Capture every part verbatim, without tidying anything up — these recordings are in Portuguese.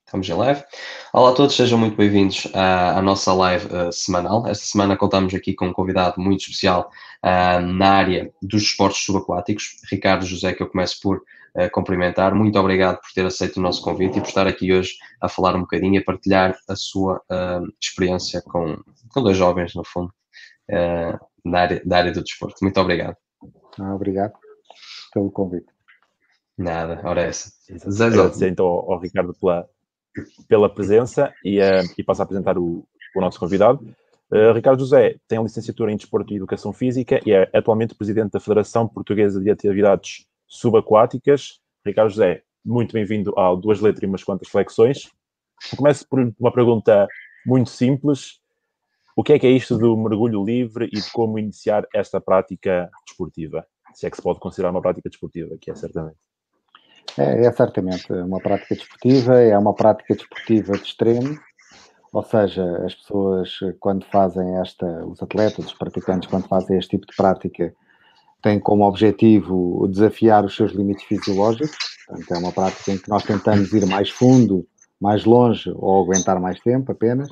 Estamos em live. Olá a todos, sejam muito bem-vindos à, à nossa live uh, semanal. Esta semana contamos aqui com um convidado muito especial uh, na área dos esportes subaquáticos, Ricardo José, que eu começo por uh, cumprimentar. Muito obrigado por ter aceito o nosso convite e por estar aqui hoje a falar um bocadinho e a partilhar a sua uh, experiência com, com dois jovens, no fundo, uh, na área, da área do desporto. Muito obrigado. Ah, obrigado pelo convite. Nada, ora é essa. Agradecer então ao, ao Ricardo pela, pela presença e, uh, e passo a apresentar o, o nosso convidado. Uh, Ricardo José tem a licenciatura em Desporto e Educação Física e é atualmente presidente da Federação Portuguesa de Atividades Subaquáticas. Ricardo José, muito bem-vindo ao Duas Letras e Umas Quantas Flexões. Começo por uma pergunta muito simples. O que é que é isto do mergulho livre e de como iniciar esta prática desportiva? Se é que se pode considerar uma prática desportiva, que é certamente. É, é certamente uma prática desportiva, é uma prática desportiva de extremo, ou seja, as pessoas quando fazem esta, os atletas, os praticantes quando fazem este tipo de prática, têm como objetivo desafiar os seus limites fisiológicos, portanto é uma prática em que nós tentamos ir mais fundo, mais longe ou aguentar mais tempo apenas.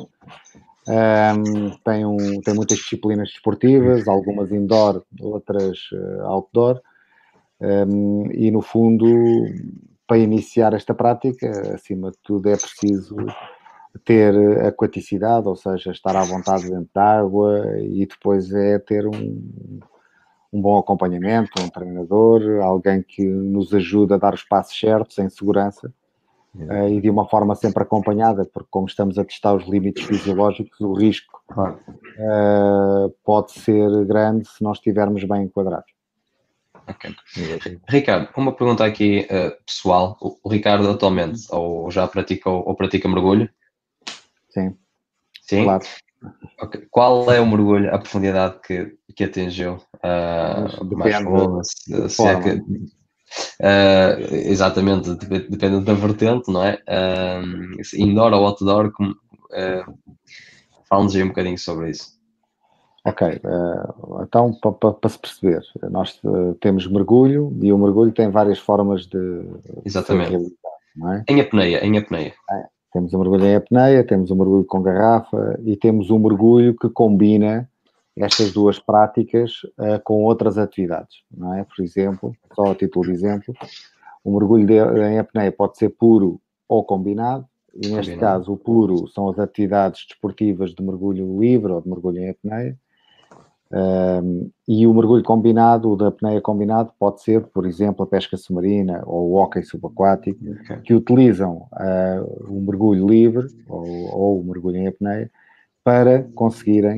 Um, tem, um, tem muitas disciplinas desportivas, algumas indoor, outras uh, outdoor. Um, e no fundo, para iniciar esta prática, acima de tudo é preciso ter aquaticidade, ou seja, estar à vontade dentro da água, e depois é ter um, um bom acompanhamento, um treinador, alguém que nos ajude a dar os passos certos em segurança uh, e de uma forma sempre acompanhada, porque como estamos a testar os limites fisiológicos, o risco uh, pode ser grande se não estivermos bem enquadrados. Ok. Ricardo, uma pergunta aqui uh, pessoal. O, o Ricardo atualmente ou já pratica ou, ou pratica mergulho? Sim. Sim? Claro. Okay. Qual é o mergulho, a profundidade que, que atingiu? Uh, mais fundo? Se, se é que, uh, exatamente, depende, depende da vertente, não é? Uh, indoor ou outdoor, como, uh, fala-nos aí um bocadinho sobre isso. Ok, uh, então para pa, pa se perceber, nós uh, temos mergulho e o mergulho tem várias formas de, Exatamente. de ser realizado, não é? Em apneia, em apneia. É, temos o mergulho em apneia, temos o mergulho com garrafa e temos um mergulho que combina estas duas práticas uh, com outras atividades, não é? Por exemplo, só a título de exemplo, o mergulho de, em apneia pode ser puro ou combinado, e neste combinado. Caso o puro são as atividades desportivas de mergulho livre ou de mergulho em apneia. Um, e o mergulho combinado, o da apneia combinado, pode ser, por exemplo, a pesca submarina ou o hóquei subaquático, okay. que utilizam uh, o mergulho livre ou, ou o mergulho em apneia para conseguirem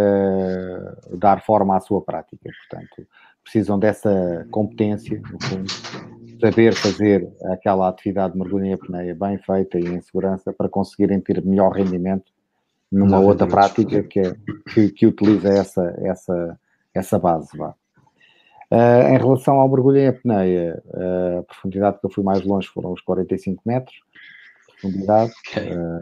uh, dar forma à sua prática. Portanto, precisam dessa competência, no fundo, saber fazer aquela atividade de mergulho em apneia bem feita e em segurança para conseguirem ter melhor rendimento numa Não, outra prática que, é, que, que utiliza essa, essa, essa base. Vá. Uh, em relação ao mergulho em apneia, uh, a profundidade que eu fui mais longe foram os quarenta e cinco metros de profundidade. Okay. Uh,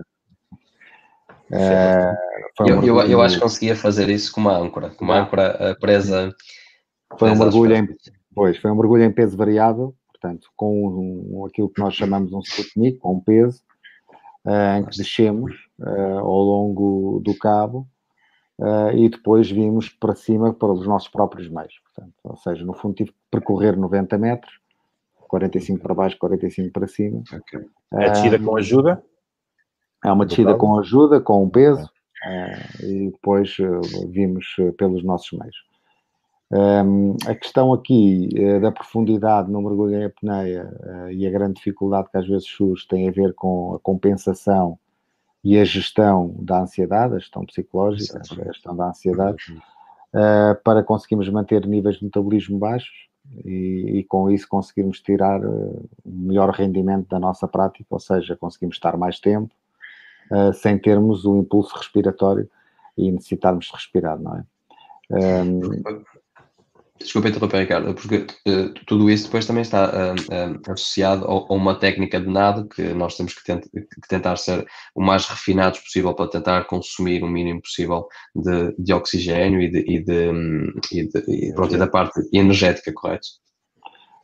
uh, eu, mergulho... eu, eu acho que conseguia fazer isso com uma âncora, com uma âncora uh, presa. Foi um, mergulho em, pois, foi um mergulho em peso variável, portanto, com um, um, aquilo que nós chamamos um Sputnik, com um peso, uh, em que descemos uh, ao longo do cabo uh, e depois vimos para cima para os nossos próprios meios. Portanto, ou seja, no fundo tive que percorrer noventa metros, quarenta e cinco para baixo, quarenta e cinco para cima. Okay. É descida uh, com ajuda? É uma descida com ajuda, com um peso, uh, e depois uh, vimos uh, pelos nossos meios. Um, a questão aqui uh, da profundidade no mergulho em apneia uh, e a grande dificuldade que às vezes surge tem a ver com a compensação e a gestão da ansiedade, a gestão psicológica, a gestão da ansiedade, uh, para conseguirmos manter níveis de metabolismo baixos e, e com isso conseguirmos tirar uh, um melhor rendimento da nossa prática, ou seja, conseguimos estar mais tempo uh, sem termos o impulso respiratório e necessitarmos de respirar, não é? Um, Desculpa interromper, Ricardo, porque uh, tudo isso depois também está uh, uh, associado a, a uma técnica de nado que nós temos que, tent que tentar ser o mais refinados possível para tentar consumir o mínimo possível de, de oxigênio e, de, e, de, e, de, e, pronto, e da parte energética, correto?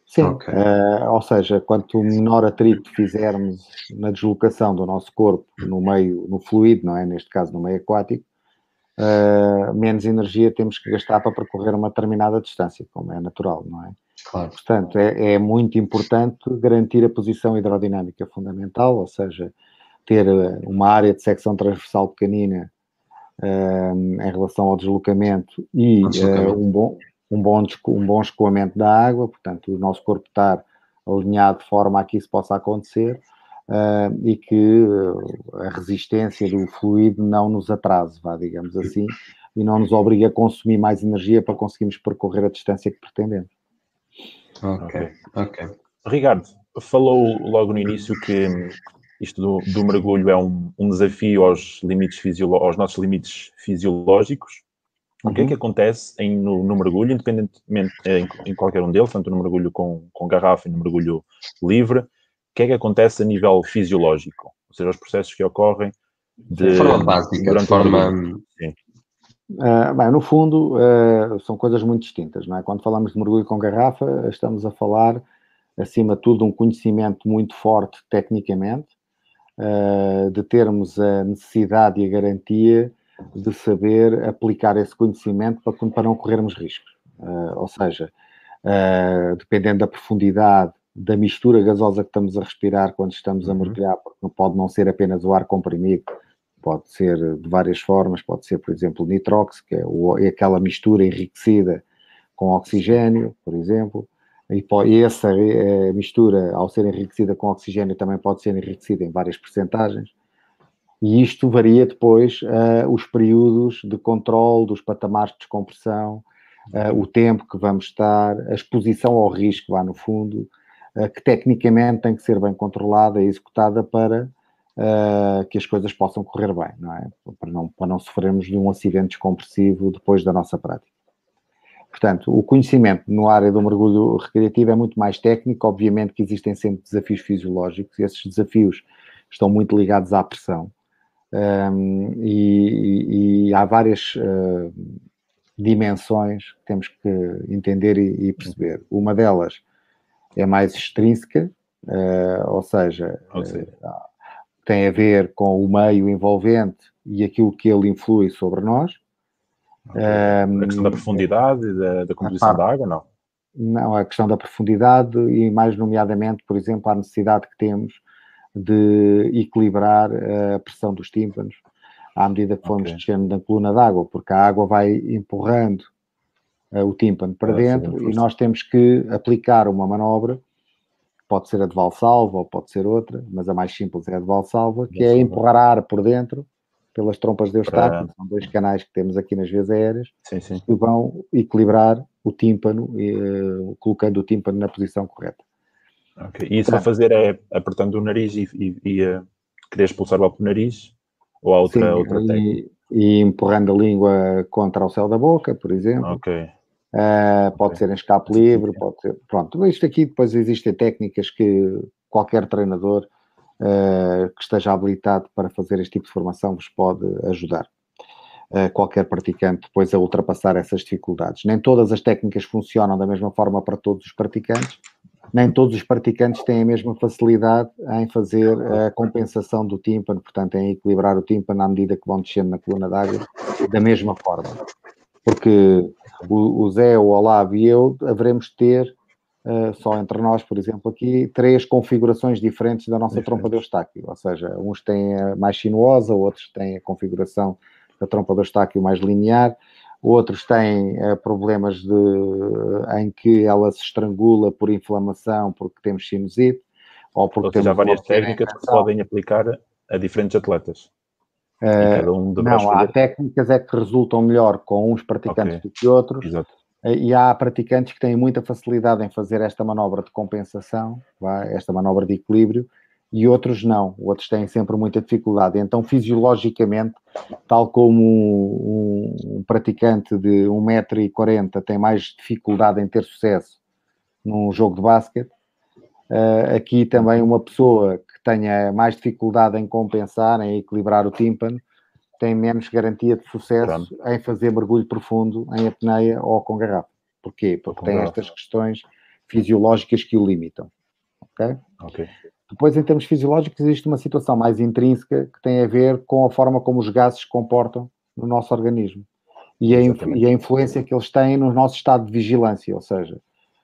Sim, Ok. uh, ou seja, quanto menor atrito fizermos na deslocação do nosso corpo no meio, no fluido, não é? Neste caso no meio aquático, uh, menos energia temos que gastar para percorrer uma determinada distância, como é natural, não é? Claro. Portanto, é, é muito importante garantir a posição hidrodinâmica fundamental, ou seja, ter uma área de secção transversal pequenina uh, em relação ao deslocamento e Um deslocamento. uh, um bom um bom, um bom escoamento da água, portanto, o nosso corpo estar alinhado de forma a que isso possa acontecer uh, e que uh, a resistência do fluido não nos atrase, vá, digamos assim, e não nos obrigue a consumir mais energia para conseguirmos percorrer a distância que pretendemos. Ok, ok. Ricardo, falou logo no início que isto do, do mergulho é um, um desafio aos, limites fisiolo- aos nossos limites fisiológicos. O que é que acontece em, no, no mergulho, independentemente em, em qualquer um deles, tanto no mergulho com, com garrafa e no mergulho livre, o que é que acontece a nível fisiológico? Ou seja, os processos que ocorrem de, De forma básica, durante de forma... o mergulho. Sim. Uh, bem, no fundo, uh, são coisas muito distintas, não é? Quando falamos de mergulho com garrafa, estamos a falar, acima de tudo, de um conhecimento muito forte tecnicamente, uh, de termos a necessidade e a garantia de saber aplicar esse conhecimento para, para não corrermos riscos. Uh, ou seja, uh, dependendo da profundidade, da mistura gasosa que estamos a respirar quando estamos a mergulhar, porque não pode não ser apenas o ar comprimido, pode ser de várias formas, pode ser, por exemplo, o nitrox, que é, o, é aquela mistura enriquecida com oxigênio, por exemplo, e, e essa é, mistura, ao ser enriquecida com oxigênio, também pode ser enriquecida em várias percentagens. E isto varia depois uh, os períodos de controle dos patamares de descompressão, uh, o tempo que vamos estar, a exposição ao risco lá no fundo, uh, que tecnicamente tem que ser bem controlada e executada para uh, que as coisas possam correr bem, não é? Para não, para não sofrermos de um acidente descompressivo depois da nossa prática. Portanto, o conhecimento no área do mergulho recreativo é muito mais técnico, obviamente que existem sempre desafios fisiológicos, e esses desafios estão muito ligados à pressão. Um, e, e, e há várias uh, dimensões que temos que entender e, e perceber. Uma delas é mais extrínseca, uh, ou seja, uh, tem a ver com o meio envolvente e aquilo que ele influi sobre nós. Okay. Um, a questão da profundidade e da, da composição parte, da água, não? Não, a questão da profundidade e mais nomeadamente, por exemplo, a necessidade que temos de equilibrar a pressão dos tímpanos à medida que formos okay. descendo da coluna d'água, porque a água vai empurrando uh, o tímpano para ah, dentro e nós temos que aplicar uma manobra, pode ser a de Valsalva ou pode ser outra, mas a mais simples é a de Valsalva, que é empurrar ar por dentro pelas trompas de Eustáquio, para... são dois canais que temos aqui nas vias aéreas, sim, sim. que vão equilibrar o tímpano, uh, colocando o tímpano na posição correta. Okay. E isso a fazer é apertando o nariz e, e, e uh, querer expulsar o ar pelo nariz? Ou há outra, sim, outra técnica? E, e empurrando a língua contra o céu da boca, por exemplo. Ok. Uh, pode okay. ser em escape livre, pode ser... Pronto, isto aqui depois existem técnicas que qualquer treinador uh, que esteja habilitado para fazer este tipo de formação vos pode ajudar. Uh, qualquer praticante depois a ultrapassar essas dificuldades. Nem todas as técnicas funcionam da mesma forma para todos os praticantes, nem todos os praticantes têm a mesma facilidade em fazer a compensação do tímpano, portanto, em equilibrar o tímpano à medida que vão descendo na coluna d'água, da mesma forma. Porque o, o Zé, o Olavo e eu haveremos de ter, uh, só entre nós, por exemplo, aqui, três configurações diferentes da nossa Diferente. trompa de Eustáquio. Ou seja, uns têm a mais sinuosa, outros têm a configuração da trompa de Eustáquio mais linear, outros têm uh, problemas de, uh, em que ela se estrangula por inflamação porque temos sinusite, ou porque ou seja, temos há várias técnicas que se podem aplicar a diferentes atletas. Uh, e cada um deverá não, escolher. Há técnicas é que resultam melhor com uns praticantes okay. do que outros. Exato. Uh, e há praticantes que têm muita facilidade em fazer esta manobra de compensação, vai, esta manobra de equilíbrio, e outros não, outros têm sempre muita dificuldade. Então, fisiologicamente, tal como um, um praticante de um metro e quarenta tem mais dificuldade em ter sucesso num jogo de basquete, uh, aqui também uma pessoa que tenha mais dificuldade em compensar, em equilibrar o tímpano, tem menos garantia de sucesso Pronto. em fazer mergulho profundo em apneia ou com garrafa. Porquê? Porque tem garrafa. estas questões fisiológicas que o limitam. Okay? Ok. Depois, em termos fisiológicos, existe uma situação mais intrínseca que tem a ver com a forma como os gases se comportam no nosso organismo e a, e a influência que eles têm no nosso estado de vigilância, ou seja,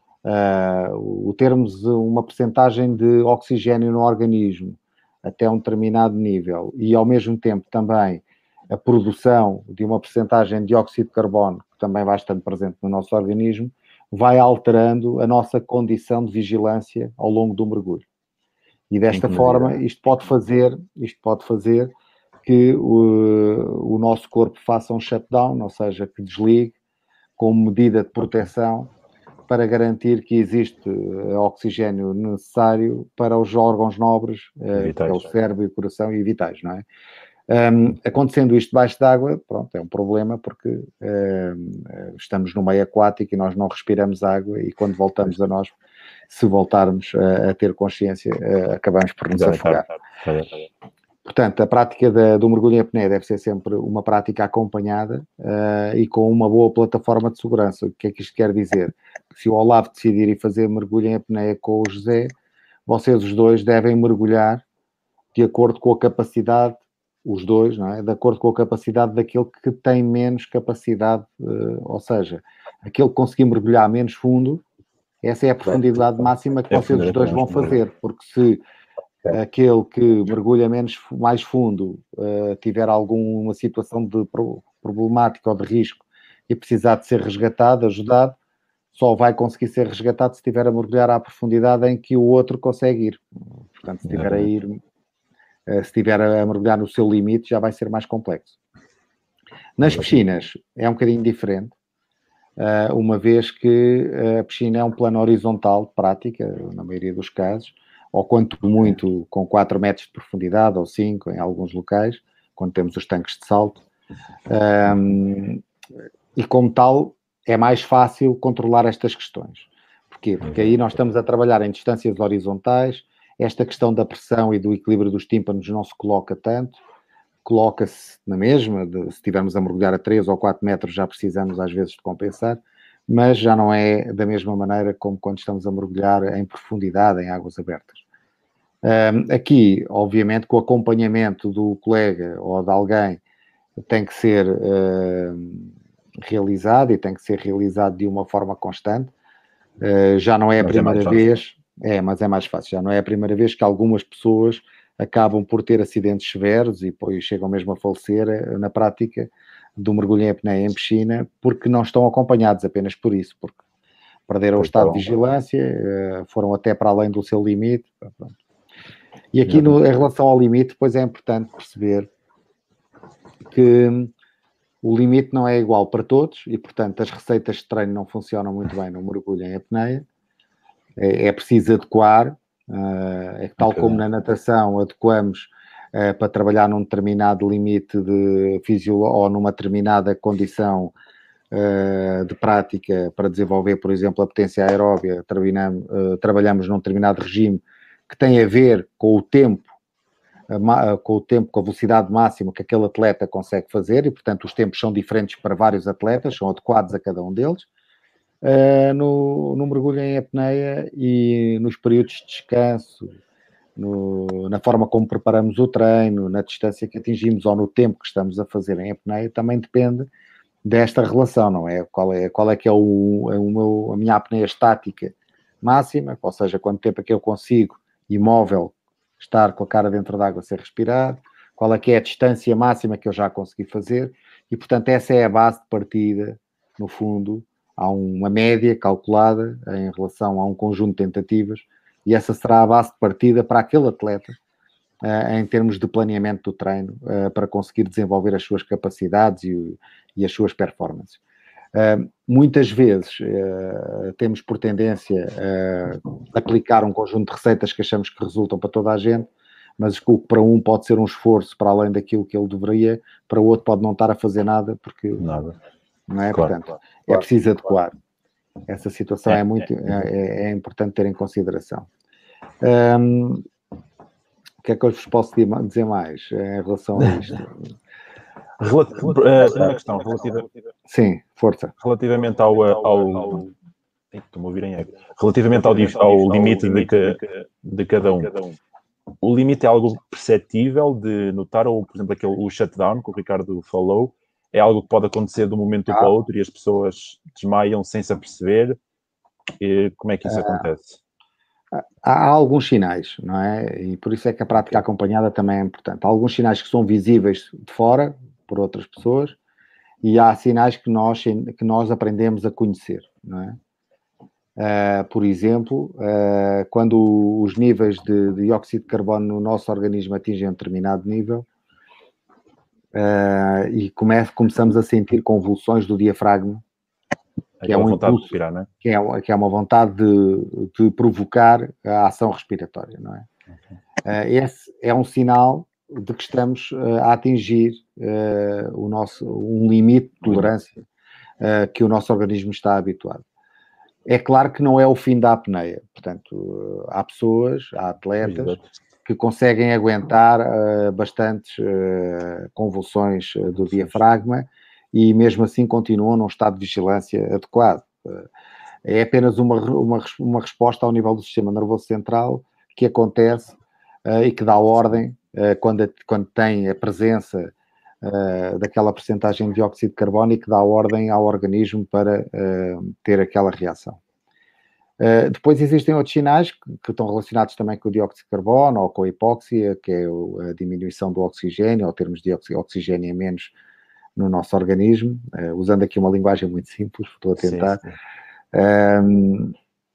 uh, o termos uma percentagem de oxigênio no organismo até um determinado nível e, ao mesmo tempo, também a produção de uma percentagem de dióxido de carbono, que também vai estando presente no nosso organismo, vai alterando a nossa condição de vigilância ao longo do mergulho. E desta forma, isto pode fazer, isto pode fazer que o, o nosso corpo faça um shutdown, ou seja, que desligue como medida de proteção para garantir que existe oxigênio necessário para os órgãos nobres, eh, que é o cérebro e o coração, e vitais, não é? Um, acontecendo isto debaixo d'água, pronto, é um problema porque um, estamos no meio aquático e nós não respiramos água e quando voltamos a nós, se voltarmos a, a ter consciência, uh, acabamos por nos afogar. Portanto, a prática da, do mergulho em apneia deve ser sempre uma prática acompanhada uh, e com uma boa plataforma de segurança. O que é que isto quer dizer? Que se o Olavo decidir ir fazer mergulho em apneia com o José, vocês os dois devem mergulhar de acordo com a capacidade, os dois, não é? De acordo com a capacidade daquele que tem menos capacidade, uh, ou seja, aquele que conseguir mergulhar menos fundo, essa é a profundidade máxima que vocês os dois vão fazer, porque se aquele que mergulha menos, mais fundo uh, tiver alguma situação de pro, problemática ou de risco e precisar de ser resgatado, ajudado, só vai conseguir ser resgatado se estiver a mergulhar à profundidade em que o outro consegue ir. Portanto, se estiver a ir, uh, se estiver a mergulhar no seu limite, já vai ser mais complexo. Nas piscinas é um bocadinho diferente, uh, uma vez que a piscina é um plano horizontal de prática, na maioria dos casos, ou quanto muito com quatro metros de profundidade, ou cinco em alguns locais, quando temos os tanques de salto. Um, e como tal, é mais fácil controlar estas questões. Porquê? Porque aí nós estamos a trabalhar em distâncias horizontais, esta questão da pressão e do equilíbrio dos tímpanos não se coloca tanto, coloca-se na mesma, de, se estivermos a mergulhar a três ou quatro metros já precisamos às vezes de compensar, mas já não é da mesma maneira como quando estamos a mergulhar em profundidade, em águas abertas. Um, aqui, obviamente, com o acompanhamento do colega ou de alguém, tem que ser uh, realizado e tem que ser realizado de uma forma constante. Uh, já não é a mas primeira é vez, é, mas é mais fácil, já não é a primeira vez que algumas pessoas acabam por ter acidentes severos e depois chegam mesmo a falecer uh, na prática do mergulho em apneia em piscina, porque não estão acompanhados apenas por isso, porque perderam pois o estado bom. de vigilância, uh, foram até para além do seu limite, pronto. E aqui, no, em relação ao limite, depois é importante perceber que o limite não é igual para todos e, portanto, as receitas de treino não funcionam muito bem no mergulho em apneia. É, é preciso adequar, uh, é tal como na natação adequamos uh, para trabalhar num determinado limite de fisiológico ou numa determinada condição uh, de prática para desenvolver, por exemplo, a potência aeróbia, uh, trabalhamos num determinado regime que tem a ver com o tempo, com o tempo, com a velocidade máxima que aquele atleta consegue fazer e, portanto, os tempos são diferentes para vários atletas, são adequados a cada um deles. Uh, no, no mergulho em apneia e nos períodos de descanso, no, na forma como preparamos o treino, na distância que atingimos ou no tempo que estamos a fazer em apneia, também depende desta relação, não é? Qual é, qual é que é o, o meu, a minha apneia estática máxima, ou seja, quanto tempo é que eu consigo imóvel, estar com a cara dentro d'água sem respirar, qual é que é a distância máxima que eu já consegui fazer, e portanto essa é a base de partida, no fundo, há uma média calculada em relação a um conjunto de tentativas, e essa será a base de partida para aquele atleta, uh, em termos de planeamento do treino, uh, para conseguir desenvolver as suas capacidades e, e as suas performances. Uh, muitas vezes uh, temos por tendência a aplicar um conjunto de receitas que achamos que resultam para toda a gente, mas o que para um pode ser um esforço para além daquilo que ele deveria, para o outro pode não estar a fazer nada, porque nada. Não é? Claro, Portanto, claro, é preciso adequar. Essa situação é, é muito é, é importante ter em consideração. Um, o que é que eu vos posso dizer mais em relação a isto? Relati- uh, uma questão relativa... Sim, força. Relativamente ao, ao Estou-me a ouvir em eco. Relativamente ao, ao limite de, que, de cada um, o limite é algo perceptível de notar, ou, por exemplo, aquele, o shutdown que o Ricardo falou, é algo que pode acontecer de um momento ah. para o outro e as pessoas desmaiam sem se aperceber? E como é que isso ah. acontece? Há alguns sinais, não é? E por isso é que a prática acompanhada também é importante. Há alguns sinais que são visíveis de fora, por outras pessoas, e há sinais que nós, que nós aprendemos a conhecer, não é? Uh, por exemplo, uh, quando os níveis de, de dióxido de carbono no nosso organismo atingem um determinado nível uh, e come, começamos a sentir convulsões do diafragma, que é, um impulso, de respirar, não é? Que, é, que é uma vontade de, de provocar a ação respiratória, não é? Okay. Uh, esse é um sinal de que estamos uh, a atingir uh, o nosso, um limite de tolerância uh, que o nosso organismo está habituado. É claro que não é o fim da apneia, portanto, há pessoas, há atletas Exato. que conseguem aguentar uh, bastantes uh, convulsões uh, do diafragma e mesmo assim continuam num estado de vigilância adequado. Uh, é apenas uma, uma, uma resposta ao nível do sistema nervoso central que acontece uh, e que dá ordem uh, quando, quando tem a presença Uh, daquela percentagem de dióxido de carbono e que dá ordem ao organismo para uh, ter aquela reação. Uh, depois existem outros sinais que, que estão relacionados também com o dióxido de carbono ou com a hipóxia, que é o, a diminuição do oxigênio, ou termos de oxigênio a menos no nosso organismo, uh, usando aqui uma linguagem muito simples, estou a tentar. Sim, sim. Um,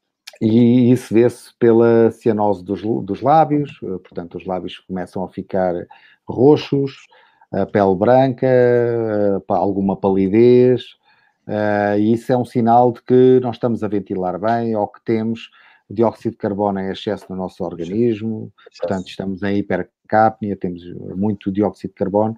e isso vê-se pela cianose dos, dos lábios, uh, portanto os lábios começam a ficar roxos, a pele branca, alguma palidez, uh, e isso é um sinal de que nós estamos a ventilar bem ou que temos dióxido de carbono em excesso no nosso organismo, portanto estamos em hipercapnia, temos muito dióxido de carbono,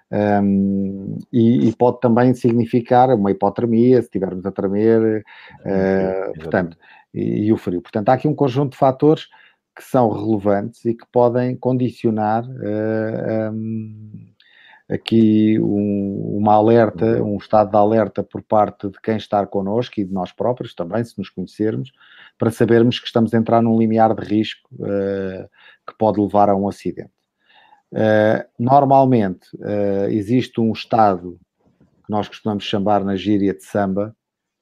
um, e, e pode também significar uma hipotermia, se estivermos a tremer, uh, portanto, e, e o frio. Portanto, há aqui um conjunto de fatores que são relevantes e que podem condicionar uh, um, aqui um, uma alerta, um estado de alerta por parte de quem está connosco e de nós próprios também, se nos conhecermos, para sabermos que estamos a entrar num limiar de risco uh, que pode levar a um acidente. Uh, normalmente uh, existe um estado que nós costumamos chamar na gíria de samba.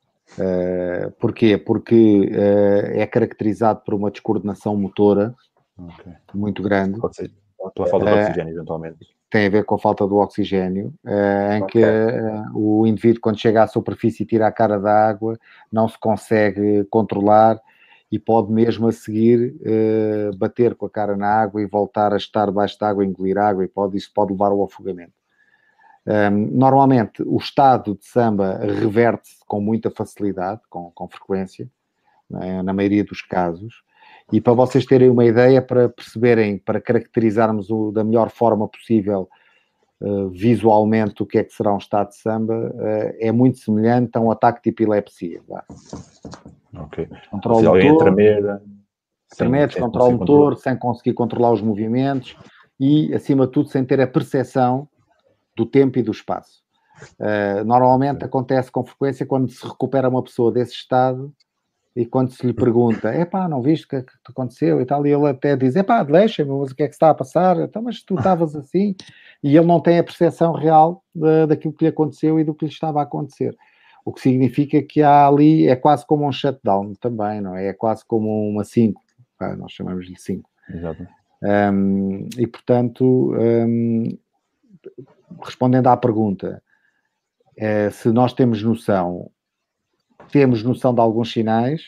Uh, porquê? Porque uh, é caracterizado por uma descoordenação motora okay. muito grande. Pode ser pela falta de oxigênio, uh, eventualmente. Tem a ver com a falta do oxigênio, uh, em okay. que uh, o indivíduo, quando chega à superfície e tira a cara da água, não se consegue controlar e pode mesmo a seguir uh, bater com a cara na água e voltar a estar debaixo da água, engolir água, e pode, isso pode levar ao afogamento. Um, normalmente, o estado de samba reverte-se com muita facilidade, com, com frequência, né, na maioria dos casos. E para vocês terem uma ideia, para perceberem, para caracterizarmos o, da melhor forma possível uh, visualmente o que é que será um estado de samba, uh, é muito semelhante a um ataque de epilepsia. Tá? Ok. Controla se o alguém motor, tremer... tremer, descontrola o motor, sem conseguir controlar os movimentos e, acima de tudo, sem ter a percepção do tempo e do espaço. Uh, normalmente acontece com frequência quando se recupera uma pessoa desse estado e quando se lhe pergunta, epá, não viste o que é que te aconteceu e tal, e ele até diz, epá, deixa-me, mas o que é que está a passar? Então, mas tu estavas assim, e ele não tem a percepção real uh, daquilo que lhe aconteceu e do que lhe estava a acontecer. O que significa que há ali, é quase como um shutdown também, não é? É quase como uma cinco, ah, nós chamamos-lhe cinco. Exato. Um, e, portanto, um, respondendo à pergunta, eh, se nós temos noção, temos noção de alguns sinais,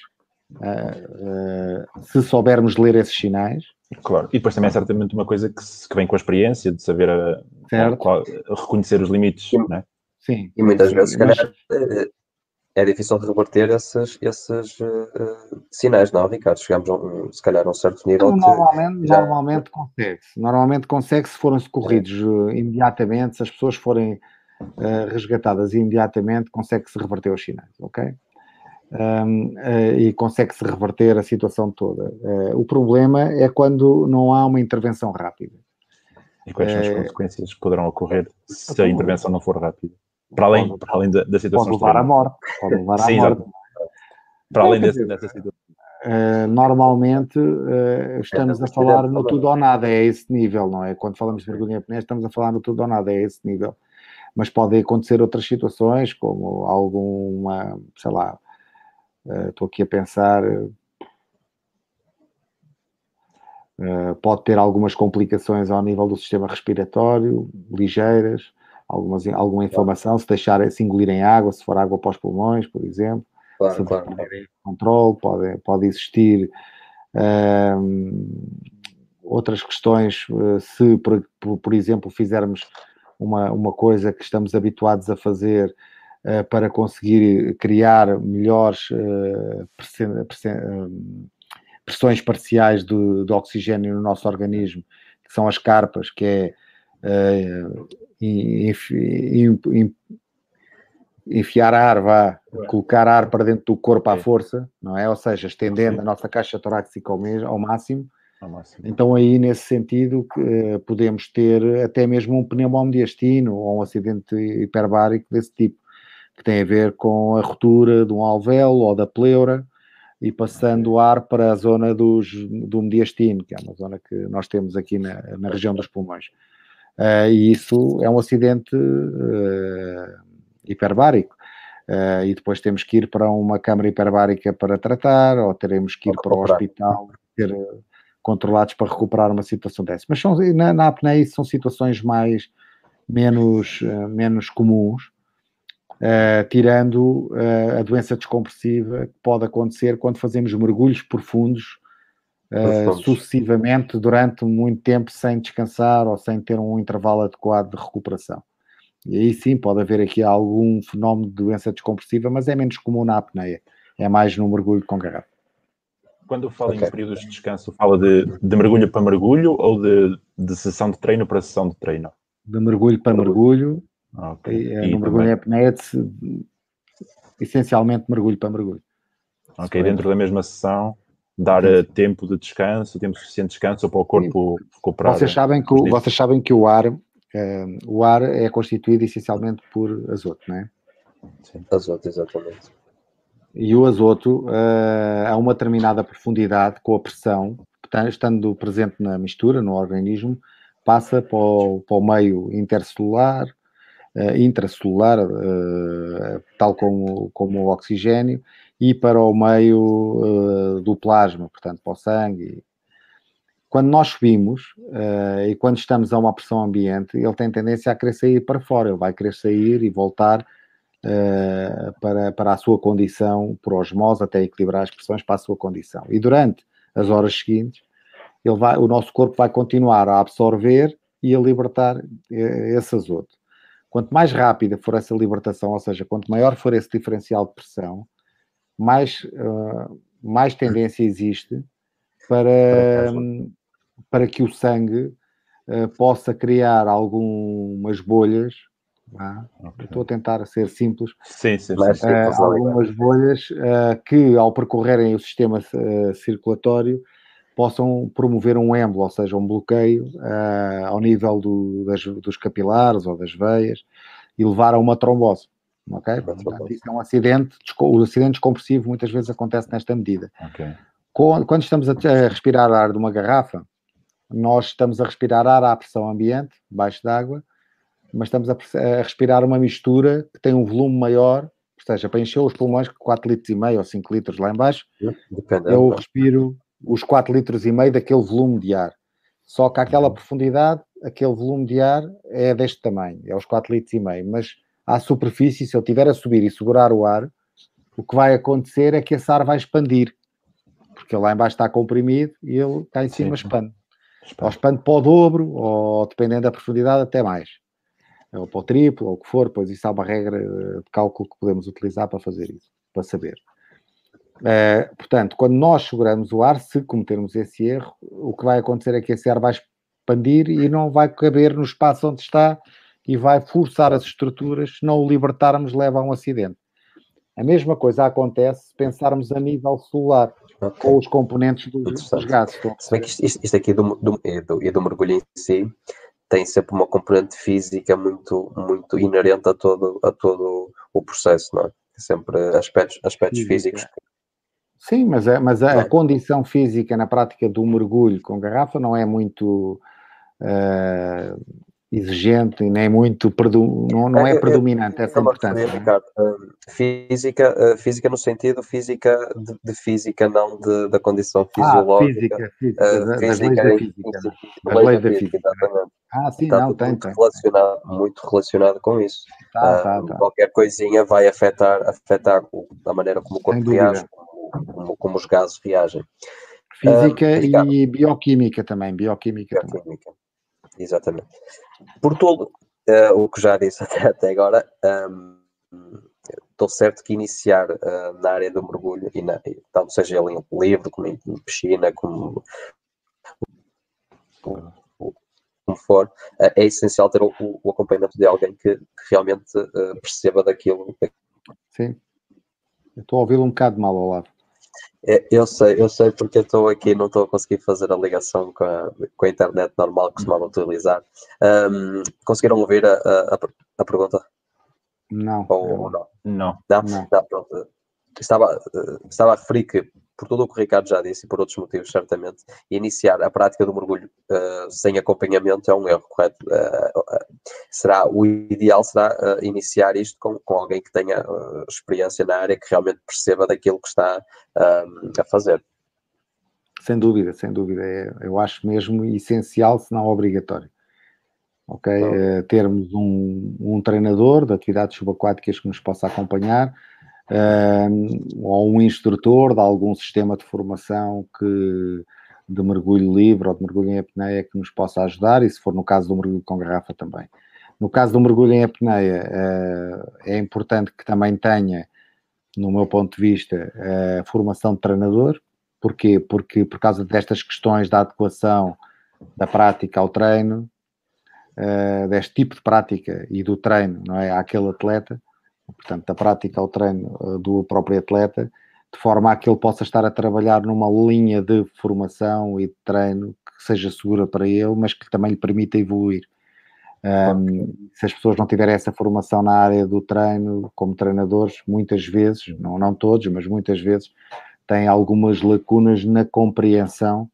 uh, uh, se soubermos ler esses sinais. Claro, e depois também é certamente uma coisa que, se, que vem com a experiência, de saber a, a, qual, a reconhecer os limites, sim. Não é? Sim. E muitas sim, vezes, se mas... calhar, é, é difícil de reverter esses, esses uh, sinais, não, Ricardo? Chegamos, a um, se calhar, a um certo nível não, que normalmente, já... normalmente consegue-se. Normalmente consegue-se se forem socorridos é. uh, imediatamente, se as pessoas forem uh, resgatadas imediatamente, consegue-se reverter os sinais, ok? Um, uh, e consegue-se reverter a situação toda. Uh, o problema é quando não há uma intervenção rápida. E quais são as uh, consequências que poderão ocorrer se a intervenção não for rápida? Para além, pode, para além da, da situação pode levar à morte. Pode levar à Sim, morte. para além quer desse, dizer, dessa situação. Uh, normalmente uh, estamos É, a falar no também. tudo ou nada, é esse nível, não é? Quando falamos de mergulho em apneia, estamos a falar no tudo ou nada, é esse nível. Mas podem acontecer outras situações, como alguma, sei lá, uh, estou aqui a pensar, uh, pode ter algumas complicações ao nível do sistema respiratório, ligeiras, algumas, alguma inflamação, se deixar, se engolirem água, se for água para os pulmões, por exemplo, Claro, se claro. perderem controle, pode, pode existir um, outras questões, se, por, por exemplo, fizermos uma, uma coisa que estamos habituados a fazer uh, para conseguir criar melhores uh, percent, percent, um, pressões parciais de, de oxigênio no nosso organismo, que são as carpas, que é uh, enfiar ar, vá, colocar ar para dentro do corpo à força, não é? Ou seja, estendendo a nossa caixa torácica ao, mesmo, ao máximo. Ao máximo. Então aí, nesse sentido, uh, podemos ter até mesmo um pneumomediastino ou um acidente hiperbárico desse tipo, que tem a ver com a ruptura de um alvéolo ou da pleura e passando o ar para a zona dos, do mediastino, que é uma zona que nós temos aqui na, na região dos pulmões. Uh, e isso é um acidente uh, hiperbárico. Uh, e depois temos que ir para uma câmara hiperbárica para tratar, ou teremos que ir para o hospital ser uh, controlados para recuperar uma situação dessa. Mas são, na, na apneia são situações mais, menos, uh, menos comuns, uh, tirando uh, a doença descompressiva que pode acontecer quando fazemos mergulhos profundos uh, sucessivamente durante muito tempo sem descansar ou sem ter um intervalo adequado de recuperação. E aí sim pode haver aqui algum fenómeno de doença descompressiva, mas é menos comum na apneia. É mais no mergulho com garrafa. Quando fala okay. em períodos de descanso, fala de, de mergulho para mergulho ou de, de sessão de treino para sessão de treino? De mergulho para mergulho. Okay. E, no mergulho em apneia, de, essencialmente mergulho para mergulho. Ok, Se dentro da mesma sessão, dar sim. tempo de descanso, tempo suficiente de descanso para o corpo sim. recuperar. Vocês sabem que o, vocês sabem que o ar... Uh, o ar é constituído essencialmente por azoto, não é? Sim, azoto, exatamente. E o azoto, uh, a uma determinada profundidade, com a pressão, estando presente na mistura, no organismo, passa para o, para o meio intercelular, uh, intracelular, uh, tal como, como o oxigênio, e para o meio uh, do plasma, portanto, para o sangue. Quando nós subimos uh, e quando estamos a uma pressão ambiente, ele tem tendência a querer sair para fora. Ele vai querer sair e voltar uh, para, para a sua condição, por osmose, até equilibrar as pressões para a sua condição. E durante as horas seguintes, ele vai, o nosso corpo vai continuar a absorver e a libertar esse azoto. Quanto mais rápida for essa libertação, ou seja, quanto maior for esse diferencial de pressão, mais, uh, mais tendência existe para... para que o sangue uh, possa criar algumas bolhas, ah, okay. Estou a tentar ser simples, sim, sim, sim. Uh, algumas bolhas uh, que ao percorrerem o sistema uh, circulatório possam promover um êmbolo, ou seja, um bloqueio uh, ao nível do, das, dos capilares ou das veias e levar a uma trombose. Okay? Portanto, isso é um acidente, o acidente descompressivo muitas vezes acontece nesta medida. Okay. Quando estamos a respirar ar de uma garrafa, nós estamos a respirar ar à pressão ambiente, baixo d'água, mas estamos a, a respirar uma mistura que tem um volume maior, ou seja, para encher os pulmões com quatro litros e meio ou cinco litros lá em baixo, Depende, eu não. respiro os quatro litros e meio daquele volume de ar. Só que àquela uhum. profundidade, aquele volume de ar é deste tamanho, é os quatro litros e meio, mas à superfície, se eu estiver a subir e segurar o ar, o que vai acontecer é que esse ar vai expandir, porque lá em baixo está comprimido e ele cá em cima Sim. expande. Ou expande para o dobro, ou dependendo da profundidade, até mais. Ou para o triplo, ou o que for, pois isso há uma regra de cálculo que podemos utilizar para fazer isso, para saber. Uh, portanto, quando nós seguramos o ar, se cometermos esse erro, o que vai acontecer é que esse ar vai expandir e não vai caber no espaço onde está e vai forçar as estruturas, se não o libertarmos, leva a um acidente. A mesma coisa acontece se pensarmos a nível celular, okay. com os componentes dos, dos gases. Se bem que isto, isto, isto aqui do, do, e, do, e do mergulho em si tem sempre uma componente física muito, muito inerente a todo, a todo o processo, não é? Sempre aspectos, aspectos físicos Sim, mas, a, mas a, a condição física na prática do mergulho com garrafa não é muito uh, exigente e nem muito, não, não é predominante essa importância. Referir, Ricardo, física, física no sentido física de, de física, não de, da condição fisiológica. Ah, física, física, uh, das física, leis da física. Das leis da física, exatamente. Ah, sim, Está não, tudo tem, muito, tem. Relacionado, muito relacionado com isso. Tá, uh, tá, tá. Qualquer coisinha vai afetar, afetar a maneira como o corpo reage, como, como, como os gases reagem. Física uh, e bioquímica também, bioquímica, bioquímica também. Exatamente. Por todo uh, o que já disse até, até agora, um, estou certo que iniciar uh, na área do mergulho, e na, tanto seja ele em livre, como em piscina, como, como, como for, uh, é essencial ter o, o acompanhamento de alguém que, que realmente uh, perceba daquilo. Sim. Eu estou a ouvi-lo um bocado mal ao lado. Eu sei, eu sei porque estou aqui, não estou a conseguir fazer a ligação com a, com a internet normal que costumava utilizar. Um, conseguiram ouvir a, a, a pergunta? Não. Ou, ou não? Não. Não? Não. Não, pronto. Estava, estava a referir que, por tudo o que o Ricardo já disse e por outros motivos, certamente, iniciar a prática do mergulho uh, sem acompanhamento é um erro, correto? Uh, uh, será, o ideal será uh, iniciar isto com, com alguém que tenha uh, experiência na área, que realmente perceba daquilo que está uh, a fazer. Sem dúvida, sem dúvida. É, eu acho mesmo essencial, se não obrigatório. Ok? Uh, termos um, um treinador de atividades subaquáticas que nos possa acompanhar, uh, ou um instrutor de algum sistema de formação que, de mergulho livre ou de mergulho em apneia que nos possa ajudar, e se for no caso do mergulho com garrafa também. No caso do mergulho em apneia, uh, é importante que também tenha, no meu ponto de vista, a formação de treinador. Porquê? Porque por causa destas questões da adequação da prática ao treino, uh, deste tipo de prática e do treino, não é, àquele atleta, portanto, da prática ao treino uh, do próprio atleta, de forma a que ele possa estar a trabalhar numa linha de formação e de treino que seja segura para ele, mas que também lhe permita evoluir. Um, se as pessoas não tiverem essa formação na área do treino, como treinadores, muitas vezes, não, não todos, mas muitas vezes, têm algumas lacunas na compreensão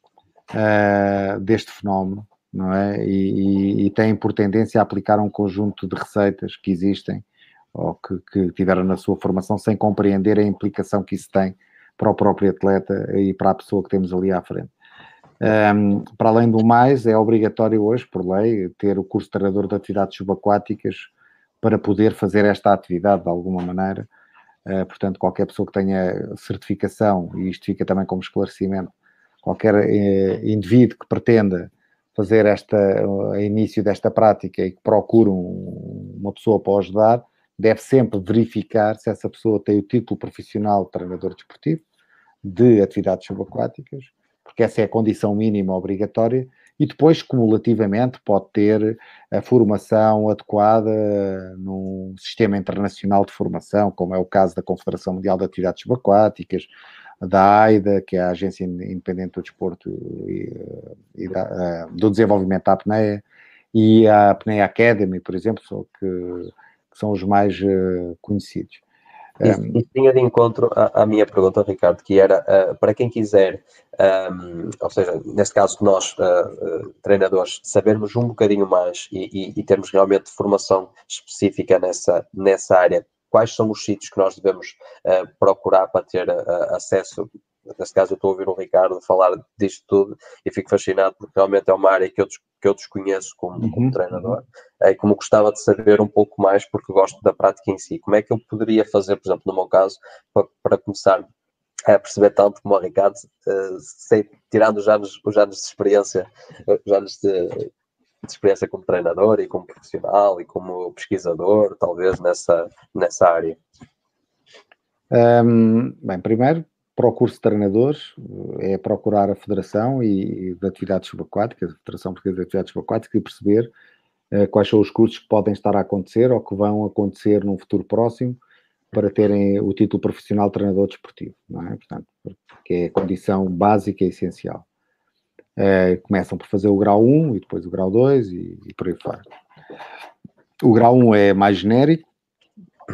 uh, deste fenómeno, não é? E, e, e têm por tendência a aplicar um conjunto de receitas que existem ou que, que tiveram na sua formação sem compreender a implicação que isso tem para o próprio atleta e para a pessoa que temos ali à frente. Um, para além do mais, é obrigatório hoje, por lei, ter o curso de treinador de atividades subaquáticas para poder fazer esta atividade de alguma maneira. Uh, portanto, qualquer pessoa que tenha certificação, e isto fica também como esclarecimento, qualquer uh, indivíduo que pretenda fazer esta, uh, início desta prática e que procure um, uma pessoa para o ajudar, deve sempre verificar se essa pessoa tem o título profissional de treinador desportivo de atividades subaquáticas, porque essa é a condição mínima obrigatória, e depois, cumulativamente, pode ter a formação adequada num sistema internacional de formação, como é o caso da Confederação Mundial de Atividades Subaquáticas, da AIDA, que é a Agência Independente do Desporto e, e da, do Desenvolvimento da Apneia, e a Apneia Academy, por exemplo, que, que são os mais uh, conhecidos. Isso, isso tinha de encontro à, à minha pergunta, Ricardo, que era uh, para quem quiser, um, ou seja, neste caso nós, uh, uh, treinadores, sabermos um bocadinho mais e, e, e termos realmente formação específica nessa, nessa área, quais são os sítios que nós devemos uh, procurar para ter uh, acesso? Neste caso eu estou a ouvir o Ricardo falar disto tudo e fico fascinado porque realmente é uma área que eu, que eu desconheço como, como uhum, treinador uhum. e como gostava de saber um pouco mais porque gosto da prática em si. Como é que eu poderia fazer, por exemplo, no meu caso, para, para começar a perceber tanto como o Ricardo, uh, sei, tirando os anos, os anos de experiência, os anos de, de experiência como treinador e como profissional e como pesquisador, talvez nessa, nessa área? Um, bem, primeiro, para o curso de treinadores, é procurar a Federação e, e de Atividades Subaquáticas, a Federação Portuguesa de Atividades Subaquáticas, e perceber uh, quais são os cursos que podem estar a acontecer ou que vão acontecer num futuro próximo para terem o título profissional de treinador desportivo, não é? Portanto, porque é a condição básica e essencial. Uh, começam por fazer o grau um e depois o grau dois e, e por aí fora. O grau um é mais genérico,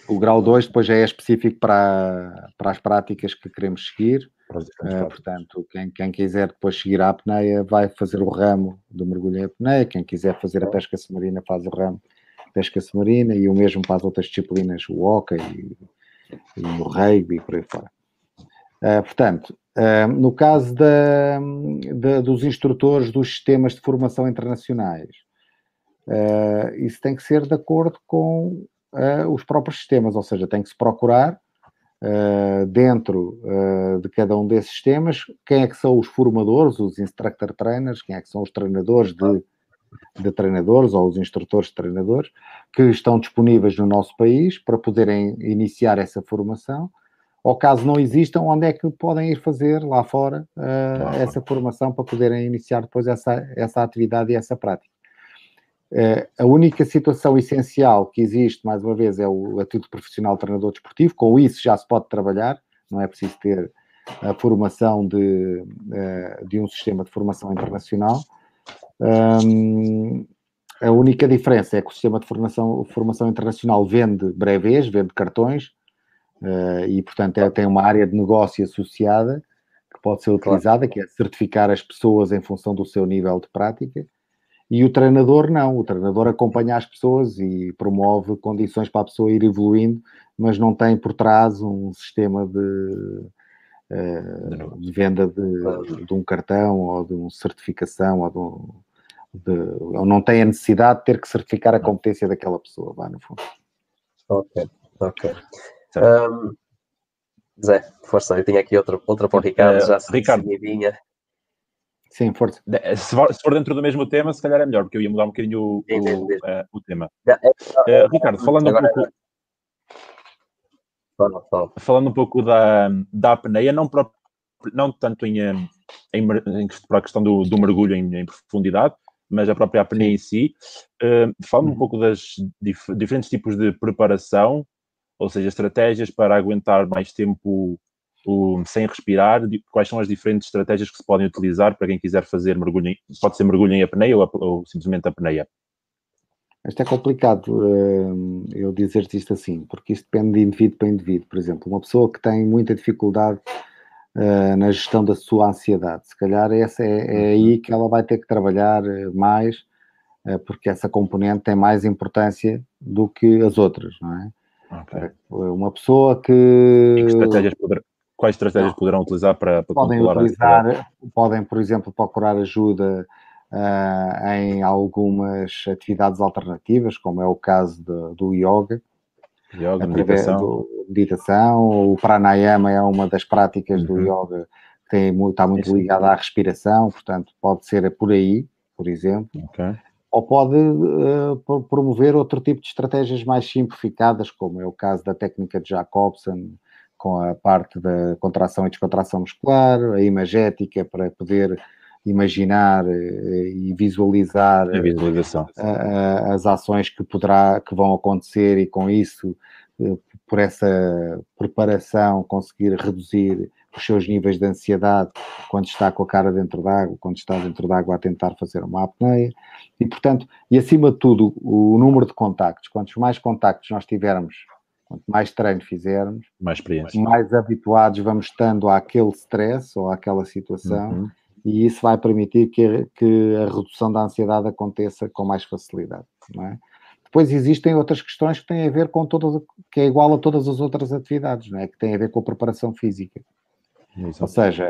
O grau dois depois já é específico para, para as práticas que queremos seguir. Uh, portanto, quem, quem quiser depois seguir a apneia vai fazer o ramo do mergulho em apneia. Quem quiser fazer a pesca submarina faz o ramo pesca submarina, e o mesmo para as outras disciplinas, o hóquei e, e o rugby e por aí fora. Uh, portanto, uh, no caso da, da, dos instrutores dos sistemas de formação internacionais, uh, isso tem que ser de acordo com uh, os próprios sistemas, ou seja, tem que se procurar uh, dentro uh, de cada um desses sistemas quem é que são os formadores, os instructor trainers, quem é que são os treinadores de de treinadores ou os instrutores de treinadores que estão disponíveis no nosso país para poderem iniciar essa formação, ou caso não existam, onde é que podem ir fazer lá fora uh, essa formação para poderem iniciar depois essa, essa atividade e essa prática. Uh, a única situação essencial que existe, mais uma vez, é o título profissional de treinador desportivo. Com isso já se pode trabalhar, não é preciso ter a formação de, uh, de um sistema de formação internacional. Um, a única diferença é que o sistema de formação, formação internacional vende brevês, vende cartões, uh, e portanto é, tem uma área de negócio associada que pode ser utilizada, que é certificar as pessoas em função do seu nível de prática, e o treinador não, o treinador acompanha as pessoas e promove condições para a pessoa ir evoluindo, mas não tem por trás um sistema de, uh, de venda de, de um cartão ou de uma certificação ou de um De, ou não tem a necessidade de ter que certificar a competência daquela pessoa, vai no fundo. Ok, ok. Um, Zé, força, eu tinha aqui outra, outra para o Ricardo, já se Ricardo. seguidinha. Sim, força. Se for, se for dentro do mesmo tema, se calhar é melhor, porque eu ia mudar um bocadinho o, o, uh, o tema. É, uh, Ricardo, falando agora, um pouco... Fala, fala. Falando um pouco da, da apneia, não, próprio, não tanto em, em, em, para a questão do, do mergulho em, em profundidade, mas a própria apneia em si, uh, fala-me um pouco das dif diferentes tipos de preparação, ou seja, estratégias para aguentar mais tempo o, sem respirar, quais são as diferentes estratégias que se podem utilizar para quem quiser fazer mergulho, em, pode ser mergulho em apneia ou, ou simplesmente apneia? Isto é complicado uh, eu dizer-te isto assim, porque isto depende de indivíduo para indivíduo. Por exemplo, uma pessoa que tem muita dificuldade uh, na gestão da sua ansiedade, se calhar essa é, é aí que ela vai ter que trabalhar mais, uh, porque essa componente tem mais importância do que as outras, não é? Okay. Uh, uma pessoa que... E que estratégias poder... Quais estratégias não. poderão utilizar para, para podem controlar utilizar, a ansiedade? Podem, por exemplo, procurar ajuda Uh, em algumas atividades alternativas, como é o caso de, do yoga, yoga meditação. Do, meditação. O pranayama é uma das práticas uhum. do yoga que tem, está muito Isso. ligada à respiração, portanto pode ser por aí, por exemplo, okay. ou pode uh, promover outro tipo de estratégias mais simplificadas, como é o caso da técnica de Jacobson, com a parte da contração e descontração muscular, a imagética para poder imaginar e visualizar a visualização. A, a, as ações que, poderá, que vão acontecer, e com isso, por essa preparação, conseguir reduzir os seus níveis de ansiedade quando está com a cara dentro d'água, quando está dentro d'água a tentar fazer uma apneia. E, portanto, e acima de tudo, o número de contactos. Quantos mais contactos nós tivermos, quanto mais treino fizermos, mais, mais habituados vamos estando àquele stress ou àquela situação, uhum. e isso vai permitir que, que a redução da ansiedade aconteça com mais facilidade, não é? Depois existem outras questões que têm a ver com todas, que é igual a todas as outras atividades, não é? Que têm a ver com a preparação física. Exato. Ou seja,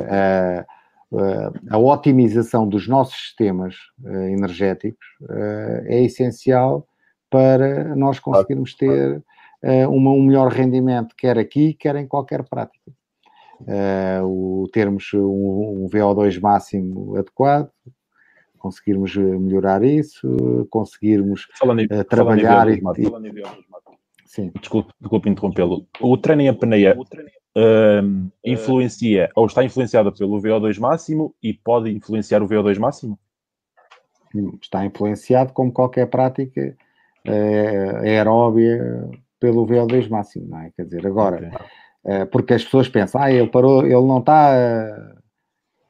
a, a, a otimização dos nossos sistemas uh, energéticos uh, é essencial para nós conseguirmos ter uh, uma, um melhor rendimento, quer aqui, quer em qualquer prática. Uh, o termos um, um V O dois máximo adequado, conseguirmos melhorar isso, conseguirmos falando, uh, trabalhar e... Sim. Desculpe, desculpe interrompê-lo. O treino em apneia uh, influencia, ou está influenciado pelo V O dois máximo e pode influenciar o V O dois máximo? Está influenciado, como qualquer prática uh, aeróbia, pelo V O dois máximo, não é? Quer dizer, agora... Okay. Porque as pessoas pensam, ah, ele parou, ele não está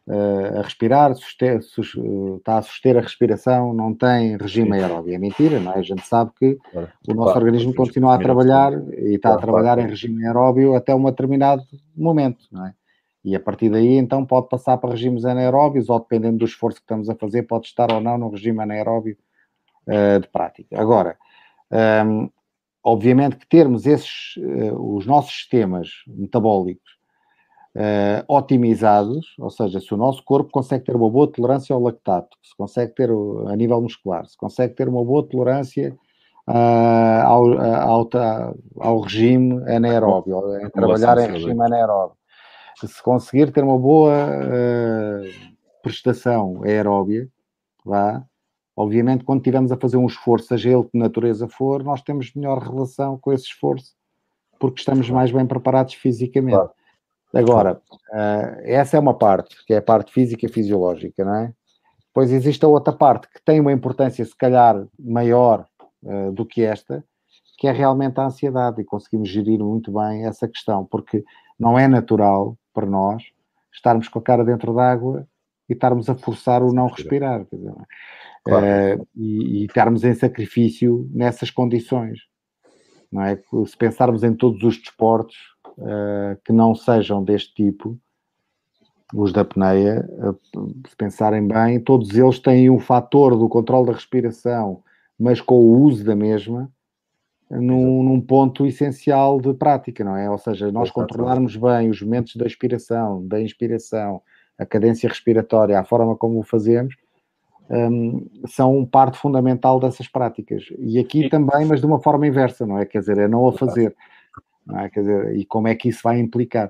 uh, a respirar, suster, sus, uh, está a suster a respiração, não tem regime aeróbio. É mentira, não é? A gente sabe que Claro. o nosso Claro, organismo os continua a primeiros trabalhar segundos. e está Claro, a trabalhar claro, em regime aeróbio até um determinado momento, não é? E a partir daí, então, pode passar para regimes anaeróbios ou, dependendo do esforço que estamos a fazer, pode estar ou não no regime anaeróbio uh, de prática. Agora, um, obviamente que termos esses, uh, os nossos sistemas metabólicos uh, otimizados, ou seja, se o nosso corpo consegue ter uma boa tolerância ao lactato, se consegue ter, a nível muscular, se consegue ter uma boa tolerância uh, ao, ao, ao regime anaeróbio, em trabalhar em regime anaeróbio, se conseguir ter uma boa uh, prestação aeróbia, vá, obviamente quando estivermos a fazer um esforço, seja ele de natureza for, nós temos melhor relação com esse esforço, porque estamos mais bem preparados fisicamente. Claro. Agora, uh, essa é uma parte, que é a parte física e fisiológica, não é? Depois existe a outra parte, que tem uma importância se calhar maior uh, do que esta, que é realmente a ansiedade, e conseguimos gerir muito bem essa questão, porque não é natural para nós estarmos com a cara dentro d'água e estarmos a forçar o não respirar, quer dizer, claro. uh, e, e estarmos em sacrifício nessas condições, não é? Se pensarmos em todos os desportos uh, que não sejam deste tipo, os da apneia, uh, se pensarem bem, todos eles têm um fator do controle da respiração, mas com o uso da mesma, Num, num ponto essencial de prática, não é? Ou seja, nós controlarmos bem os momentos da expiração, da inspiração, a cadência respiratória, a forma como o fazemos, um, são parte fundamental dessas práticas. E aqui também, mas de uma forma inversa, não é? Quer dizer, é não a fazer, não é? Quer dizer, e como é que isso vai implicar?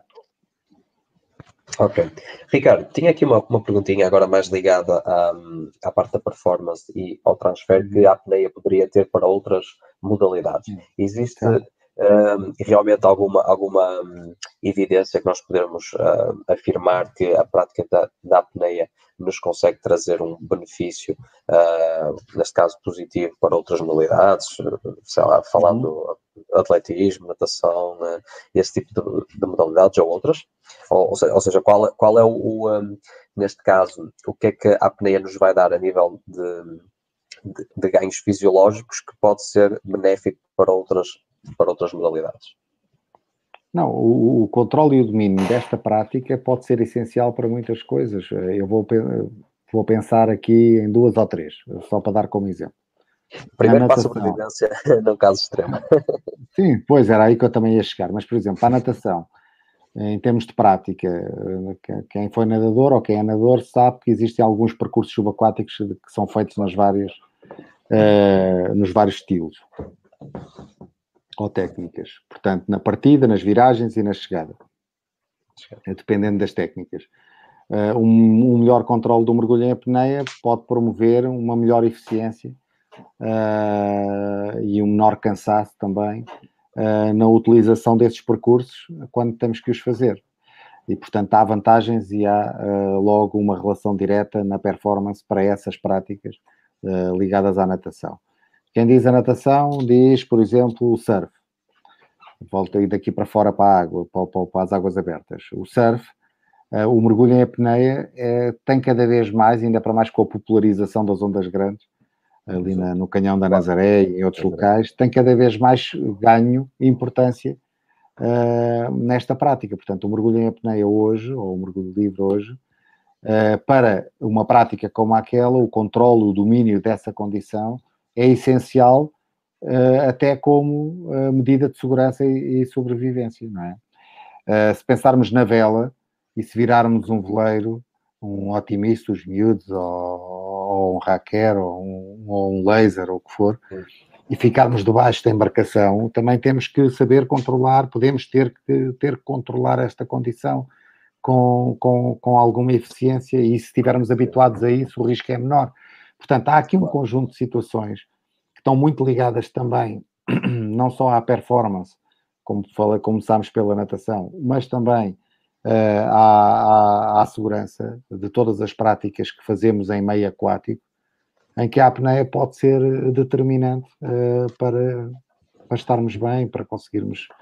Ok. Ricardo, tinha aqui uma, uma perguntinha agora mais ligada à, à parte da performance e ao transfer uhum. que a apneia poderia ter para outras modalidades. Uhum. Existe um, realmente alguma, alguma um, evidência que nós podemos uh, afirmar que a prática da, da apneia nos consegue trazer um benefício, uh, neste caso positivo, para outras modalidades, sei lá, falando uhum. atletismo, natação, uh, esse tipo de, de modalidades ou outras? Ou, ou seja, qual, qual é o, o um, neste caso, o que é que a apneia nos vai dar a nível de, de, de ganhos fisiológicos que pode ser benéfico para outras, para outras modalidades? Não, o, o controle e o domínio desta prática pode ser essencial para muitas coisas. Eu vou, vou pensar aqui em duas ou três, só para dar como exemplo. Primeiro para a sobrevivência no caso extremo. Sim, pois era aí que eu também ia chegar. Mas, por exemplo, para a natação, em termos de prática, quem foi nadador ou quem é nadador sabe que existem alguns percursos subaquáticos que são feitos nas várias, uh, nos vários estilos ou técnicas. Portanto, na partida, nas viragens e na chegada, dependendo das técnicas. Uh, um, um melhor controle do mergulho em apneia pode promover uma melhor eficiência uh, e um menor cansaço também uh, na utilização desses percursos quando temos que os fazer. E, portanto, há vantagens e há uh, logo uma relação direta na performance para essas práticas uh, ligadas à natação. Quem diz a natação diz, por exemplo, o surf. Volta aí daqui para fora para a água, para, para, para as águas abertas. O surf, uh, o mergulho em apneia é, tem cada vez mais, ainda para mais com a popularização das ondas grandes, ali na, no Canhão da Nazaré e em outros locais, tem cada vez mais ganho e importância Uh, nesta prática. Portanto, o mergulho em apneia hoje, ou o mergulho livre hoje, uh, para uma prática como aquela, o controle, o domínio dessa condição é essencial, uh, até como uh, medida de segurança e, e sobrevivência, não é? Uh, se pensarmos na vela e se virarmos um veleiro, um otimista, os miúdos, ou, ou um raquer, ou um, ou um laser, ou o que for, e ficarmos debaixo da embarcação, também temos que saber controlar, podemos ter que, ter que controlar esta condição com, com, com alguma eficiência, e se estivermos habituados a isso, o risco é menor. Portanto, há aqui um conjunto de situações que estão muito ligadas também, não só à performance, como fala, começámos pela natação, mas também uh, à, à, à segurança de todas as práticas que fazemos em meio aquático, em que a apneia pode ser determinante uh, para, para estarmos bem, para conseguirmos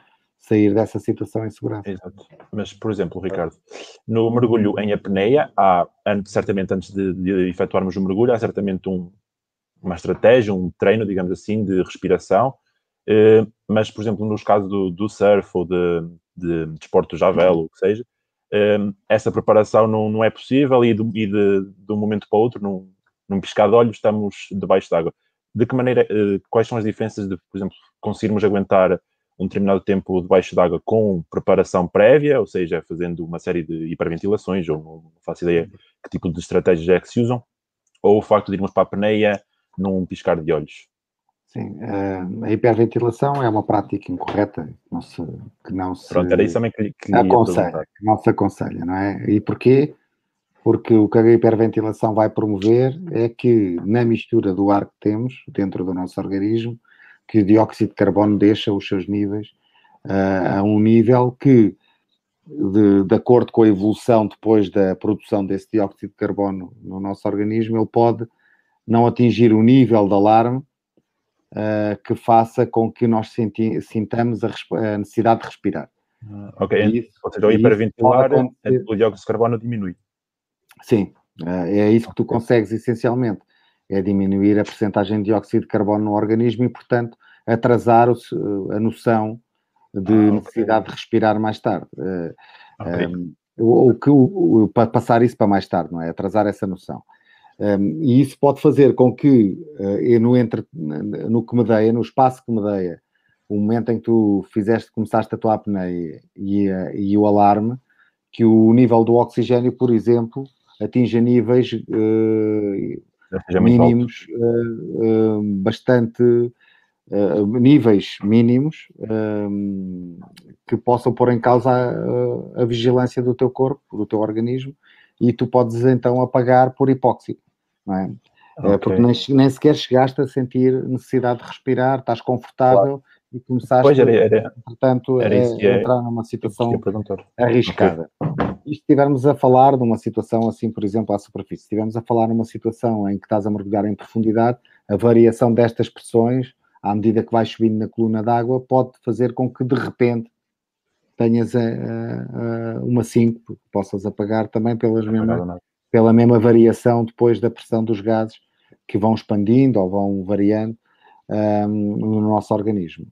sair dessa situação em segurança. Exato. Mas, por exemplo, Ricardo, no mergulho em apneia, há, certamente antes de, de efetuarmos o mergulho, há certamente um, uma estratégia, um treino, digamos assim, de respiração, eh, mas, por exemplo, nos casos do, do surf ou de, de desporto já vela, ou o que seja, eh, essa preparação não, não é possível e, do, e de, de um momento para o outro, num, num piscar de olhos, estamos debaixo d'água. De que maneira, eh, quais são as diferenças de, por exemplo, conseguirmos aguentar um determinado tempo debaixo d'água com preparação prévia, ou seja, fazendo uma série de hiperventilações, ou não faço ideia que tipo de estratégias é que se usam, ou o facto de irmos para a apneia num piscar de olhos? Sim, a hiperventilação é uma prática incorreta, não se, que não se Pronto, era isso também que, que lhe ia aconselha, perguntar. que não se aconselha, não é? E porquê? Porque o que a hiperventilação vai promover é que, na mistura do ar que temos dentro do nosso organismo, que o dióxido de carbono deixa os seus níveis uh, a um nível que, de, de acordo com a evolução depois da produção desse dióxido de carbono no nosso organismo, ele pode não atingir o nível de alarme uh, que faça com que nós senti, sintamos a, a necessidade de respirar. Uh, ok, e isso, ou seja, ao hiperventilar, o dióxido de carbono diminui. Sim, é isso que tu consegues essencialmente, é diminuir a percentagem de dióxido de carbono no organismo e, portanto, atrasar o, a noção de ah, necessidade okay. de respirar mais tarde. Okay. Um, o, que, o, o, para passar isso para mais tarde, não é? Atrasar essa noção. Um, e isso pode fazer com que, uh, no, entre, no que medeia, no espaço que medeia, o momento em que tu fizeste, começaste a tua apneia e, uh, e o alarme, que o nível do oxigênio, por exemplo, atinja níveis uh, mínimos, uh, uh, bastante uh, níveis mínimos uh, que possam pôr em causa a, a vigilância do teu corpo, do teu organismo, e tu podes então apagar por hipóxia, não é? Okay. Uh, porque nem, nem sequer chegaste a sentir necessidade de respirar, estás confortável, claro. E começaste, pois era, era, portanto, era a, é, entrar numa situação é arriscada. Okay. E se estivermos a falar de uma situação assim, por exemplo, à superfície, se estivermos a falar numa situação em que estás a mergulhar em profundidade, a variação destas pressões, à medida que vais subindo na coluna d'água, pode fazer com que, de repente, tenhas a, a, a uma síncope, que possas apagar também pelas mesma, pela mesma variação depois da pressão dos gases que vão expandindo ou vão variando um, no nosso organismo.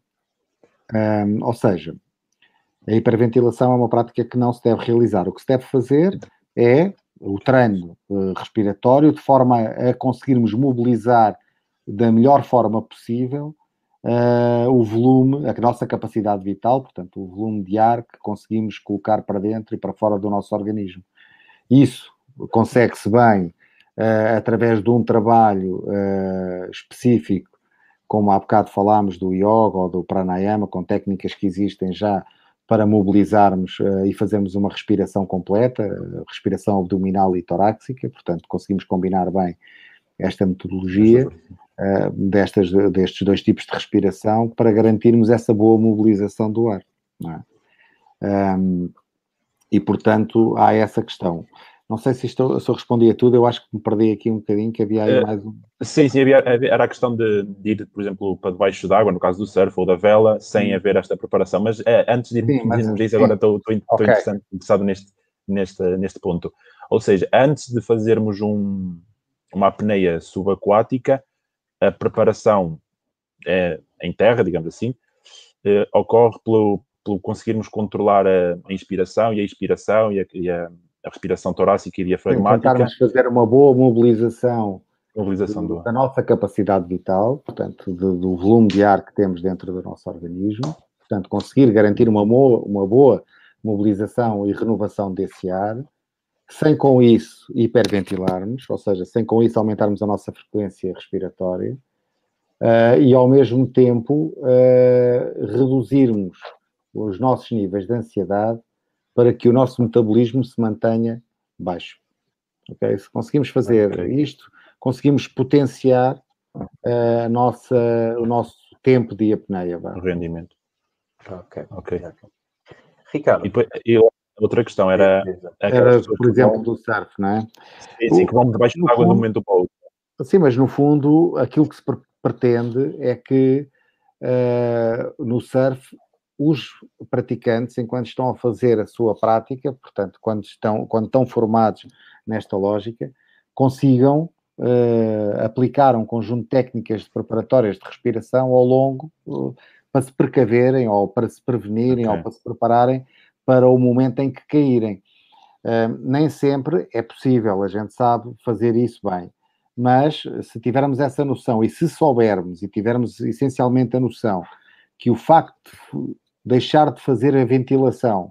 Um, ou seja, a hiperventilação é uma prática que não se deve realizar. O que se deve fazer é o treino uh, respiratório de forma a, a conseguirmos mobilizar da melhor forma possível uh, o volume, a nossa capacidade vital, portanto, o volume de ar que conseguimos colocar para dentro e para fora do nosso organismo. Isso consegue-se bem uh, através de um trabalho uh, específico, como há bocado falámos do yoga ou do pranayama, com técnicas que existem já para mobilizarmos uh, e fazermos uma respiração completa, uh, respiração abdominal e torácica, portanto conseguimos combinar bem esta metodologia uh, destas, destes dois tipos de respiração para garantirmos essa boa mobilização do ar. Não é? Um, e portanto há essa questão. Não sei se, isto, se eu respondi a tudo, eu acho que me perdi aqui um bocadinho, que havia aí uh, mais um... Sim, sim, havia, era a questão de, de ir, por exemplo, para debaixo d'água, no caso do surf ou da vela, sem sim. haver esta preparação. Mas uh, antes de irmos isso, agora estou, estou, estou okay. interessado neste, neste, neste ponto. Ou seja, antes de fazermos um, uma apneia subaquática, a preparação é, em terra, digamos assim, uh, ocorre pelo, pelo conseguirmos controlar a, a inspiração e a expiração e a, e a a respiração torácica e diafragmática. Tentarmos fazer uma boa mobilização, mobilização do, do... da nossa capacidade vital, portanto, do, do volume de ar que temos dentro do nosso organismo, portanto, conseguir garantir uma boa, uma boa mobilização e renovação desse ar, sem com isso hiperventilarmos, ou seja, sem com isso aumentarmos a nossa frequência respiratória, uh, e ao mesmo tempo uh, reduzirmos os nossos níveis de ansiedade para que o nosso metabolismo se mantenha baixo. Okay? Se conseguimos fazer okay. isto, conseguimos potenciar a nossa, o nosso tempo de apneia. O rendimento. Ok. Ok. Ricardo. E, depois, e outra questão era... Era, por exemplo, vão... do surf, não é? Sim, sim, que vão debaixo da água de um momento para o outro. Sim, mas no fundo, aquilo que se pretende é que uh, no surf os praticantes, enquanto estão a fazer a sua prática, portanto, quando estão, quando estão formados nesta lógica, consigam uh, aplicar um conjunto de técnicas preparatórias de respiração ao longo, uh, para se precaverem, ou para se prevenirem, okay. ou para se prepararem para o momento em que caírem. Uh, nem sempre é possível, a gente sabe, fazer isso bem. Mas, se tivermos essa noção, e se soubermos, e tivermos essencialmente a noção que o facto de deixar de fazer a ventilação,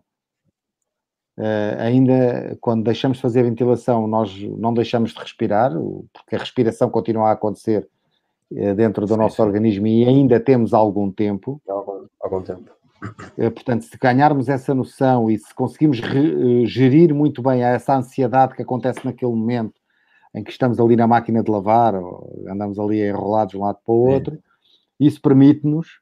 uh, ainda quando deixamos de fazer a ventilação, nós não deixamos de respirar, porque a respiração continua a acontecer uh, dentro do sim, nosso sim. organismo e ainda temos algum tempo. Algum, algum tempo. Uh, portanto, se ganharmos essa noção e se conseguimos re, uh, gerir muito bem essa ansiedade que acontece naquele momento em que estamos ali na máquina de lavar, ou andamos ali enrolados de um lado para o outro, sim. isso permite-nos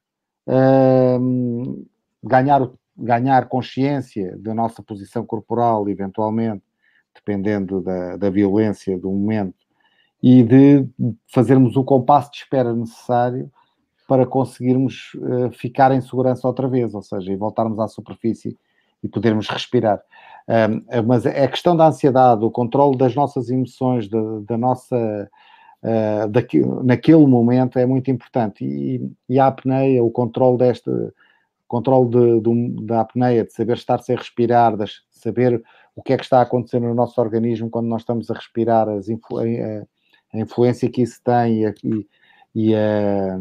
Uh, ganhar, ganhar consciência da nossa posição corporal, eventualmente, dependendo da, da violência do momento, e de fazermos o compasso de espera necessário para conseguirmos uh, ficar em segurança outra vez, ou seja, e voltarmos à superfície e podermos respirar. Uh, mas a questão da ansiedade, o controle das nossas emoções, da, da nossa... Uh, daqui, naquele momento é muito importante e, e a apneia, o controle deste controle de, de, da apneia, de saber estar sem respirar, de saber o que é que está a acontecer no nosso organismo quando nós estamos a respirar, as influ, a, a influência que isso tem e, e, e, a,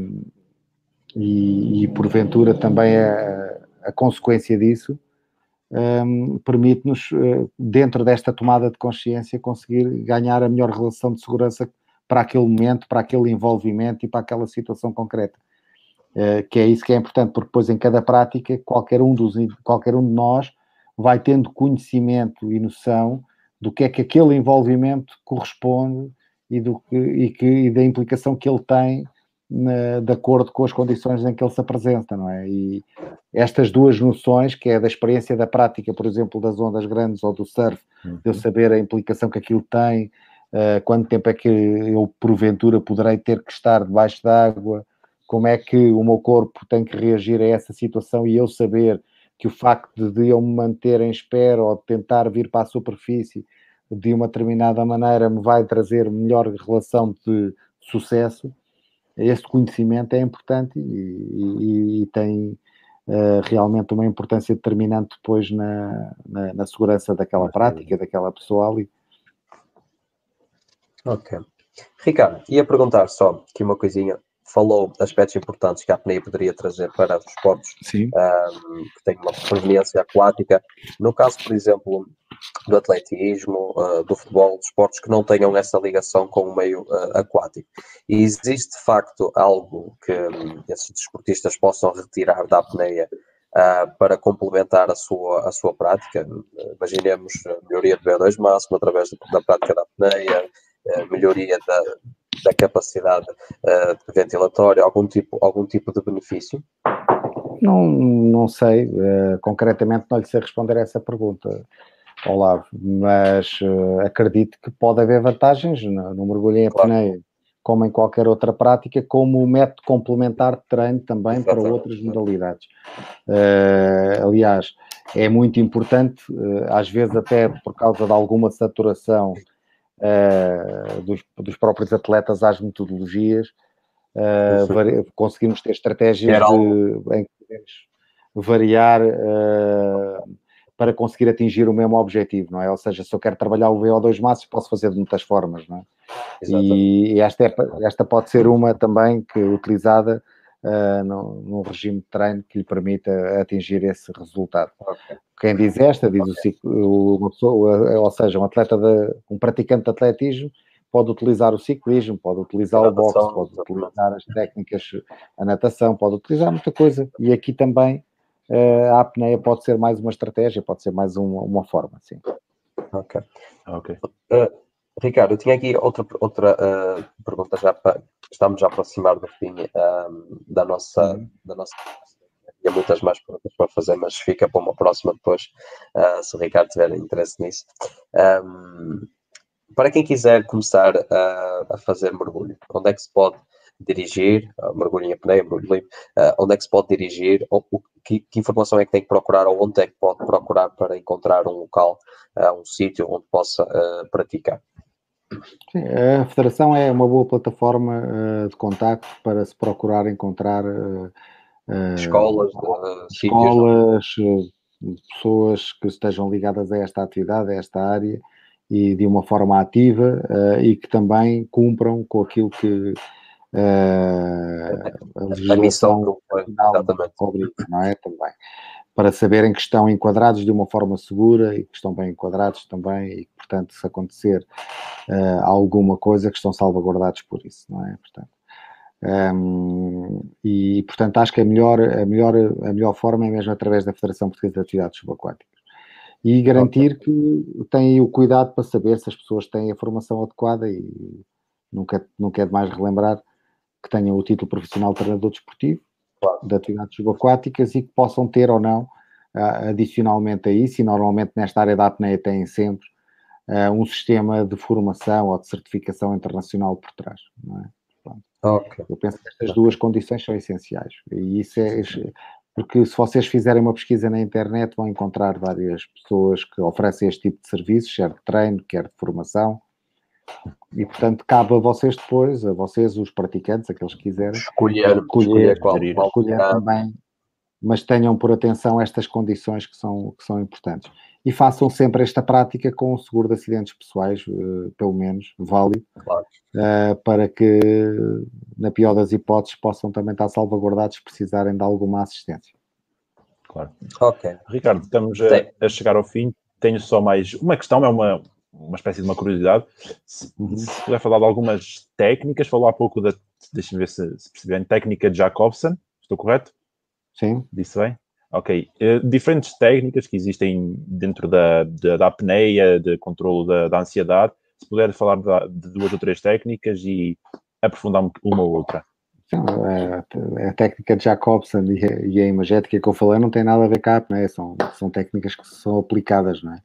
e, e porventura também a, a consequência disso um, permite-nos, uh, dentro desta tomada de consciência, conseguir ganhar a melhor relação de segurança para aquele momento, para aquele envolvimento e para aquela situação concreta. Uh, que é isso que é importante, porque depois em cada prática, qualquer um, dos, qualquer um de nós vai tendo conhecimento e noção do que é que aquele envolvimento corresponde e, do que, e, que, e da implicação que ele tem na, de acordo com as condições em que ele se apresenta, não é? E estas duas noções, que é da experiência da prática, por exemplo, das ondas grandes ou do surf, uhum. de eu saber a implicação que aquilo tem, Uh, quanto tempo é que eu, porventura, poderei ter que estar debaixo d'água, como é que o meu corpo tem que reagir a essa situação e eu saber que o facto de eu me manter em espera ou de tentar vir para a superfície de uma determinada maneira me vai trazer melhor relação de sucesso, esse conhecimento é importante e, e, e tem uh, realmente uma importância determinante depois na, na, na segurança daquela prática, daquela pessoa ali. Ok. Ricardo, ia perguntar só aqui uma coisinha. Falou de aspectos importantes que a apneia poderia trazer para os esportes um, que têm uma proveniência aquática. No caso, por exemplo, do atletismo, uh, do futebol, de esportes que não tenham essa ligação com o meio uh, aquático. E existe, de facto, algo que um, esses desportistas possam retirar da apneia uh, para complementar a sua, a sua prática? Imaginemos a melhoria do V O dois máximo através da prática da apneia, melhoria da, da capacidade uh, ventilatória, algum tipo, algum tipo de benefício? Não, não sei, uh, concretamente não lhe sei responder a essa pergunta, Olavo, mas uh, acredito que pode haver vantagens no, no mergulho em apneia, claro. Como em qualquer outra prática, como método complementar de treino também exatamente. Para outras modalidades. Uh, aliás, é muito importante, uh, às vezes até por causa de alguma saturação Uh, dos, dos próprios atletas às metodologias, uh, vari, conseguimos ter estratégias de, em que podemos variar uh, para conseguir atingir o mesmo objetivo, não é? Ou seja, se eu quero trabalhar o V O dois máximo, posso fazer de muitas formas, não é? E esta, é, esta pode ser uma também que utilizada uh, no, num regime de treino que lhe permita atingir esse resultado. Okay. Quem diz esta, diz okay. o, uma pessoa, ou seja, um atleta, de, um praticante de atletismo pode utilizar o ciclismo, pode utilizar o boxe, pode utilizar as técnicas, a natação, pode utilizar muita coisa. E aqui também uh, a apneia pode ser mais uma estratégia, pode ser mais uma, uma forma, sim. Ok. Ok. Uh, Ricardo, eu tinha aqui outra, outra uh, pergunta já para... Estamos já a aproximar do fim uh, da nossa... Uhum. Da nossa... Há muitas mais perguntas para fazer, mas fica para uma próxima depois, uh, se o Ricardo tiver interesse nisso. Um, para quem quiser começar uh, a fazer mergulho, onde é que se pode dirigir, uh, mergulho em apneia, mergulho livre, uh, onde é que se pode dirigir, ou, que, que informação é que tem que procurar ou onde é que pode procurar para encontrar um local, uh, um sítio onde possa uh, praticar? Sim, a Federação é uma boa plataforma uh, de contacto para se procurar encontrar uh, escolas, uh, de, escolas, uh, pessoas que estejam ligadas a esta atividade, a esta área, e de uma forma ativa uh, e que também cumpram com aquilo que uh, a legislação nacional obriga, não é? Também. Para saberem que estão enquadrados de uma forma segura e que estão bem enquadrados também e que, portanto, se acontecer uh, alguma coisa, que estão salvaguardados por isso, não é? Portanto, um, e, portanto, acho que a melhor, a, melhor, a melhor forma é mesmo através da Federação Portuguesa de Atividades Subaquáticas. E garantir okay. que têm o cuidado para saber se as pessoas têm a formação adequada e nunca, nunca é demais relembrar que tenham o título profissional de treinador desportivo, claro, de atividades subaquáticas e que possam ter ou não, uh, adicionalmente a isso, e normalmente nesta área da apneia têm sempre, uh, um sistema de formação ou de certificação internacional por trás, não é? Okay. Eu penso que estas duas condições são essenciais. E isso é... Porque se vocês fizerem uma pesquisa na internet, vão encontrar várias pessoas que oferecem este tipo de serviços, quer de treino, quer de formação. E, portanto, cabe a vocês depois, a vocês, os praticantes, aqueles que quiserem, escolher, escolher, escolher, qual, qual escolher também, mas tenham por atenção estas condições que são, que são importantes. E façam sempre esta prática com o seguro de acidentes pessoais, uh, pelo menos, válido, claro, uh, para que, na pior das hipóteses, possam também estar salvaguardados se precisarem de alguma assistência. Claro. Ok. Ricardo, estamos a, a chegar ao fim. Tenho só mais uma questão, é uma, uma espécie de uma curiosidade. Se, uhum. se puder falar de algumas técnicas, falou há pouco da, deixa-me ver se, se perceberem, técnica de Jacobson, estou correto? Sim. Disse bem? Ok. Uh, diferentes técnicas que existem dentro da, da, da apneia, de controle da, da ansiedade. Se puder falar de, de duas ou três técnicas e aprofundar uma ou outra. Sim, a, a técnica de Jacobson e a, e a imagética que eu falei não tem nada a ver com a apneia, são, são técnicas que são aplicadas, não é?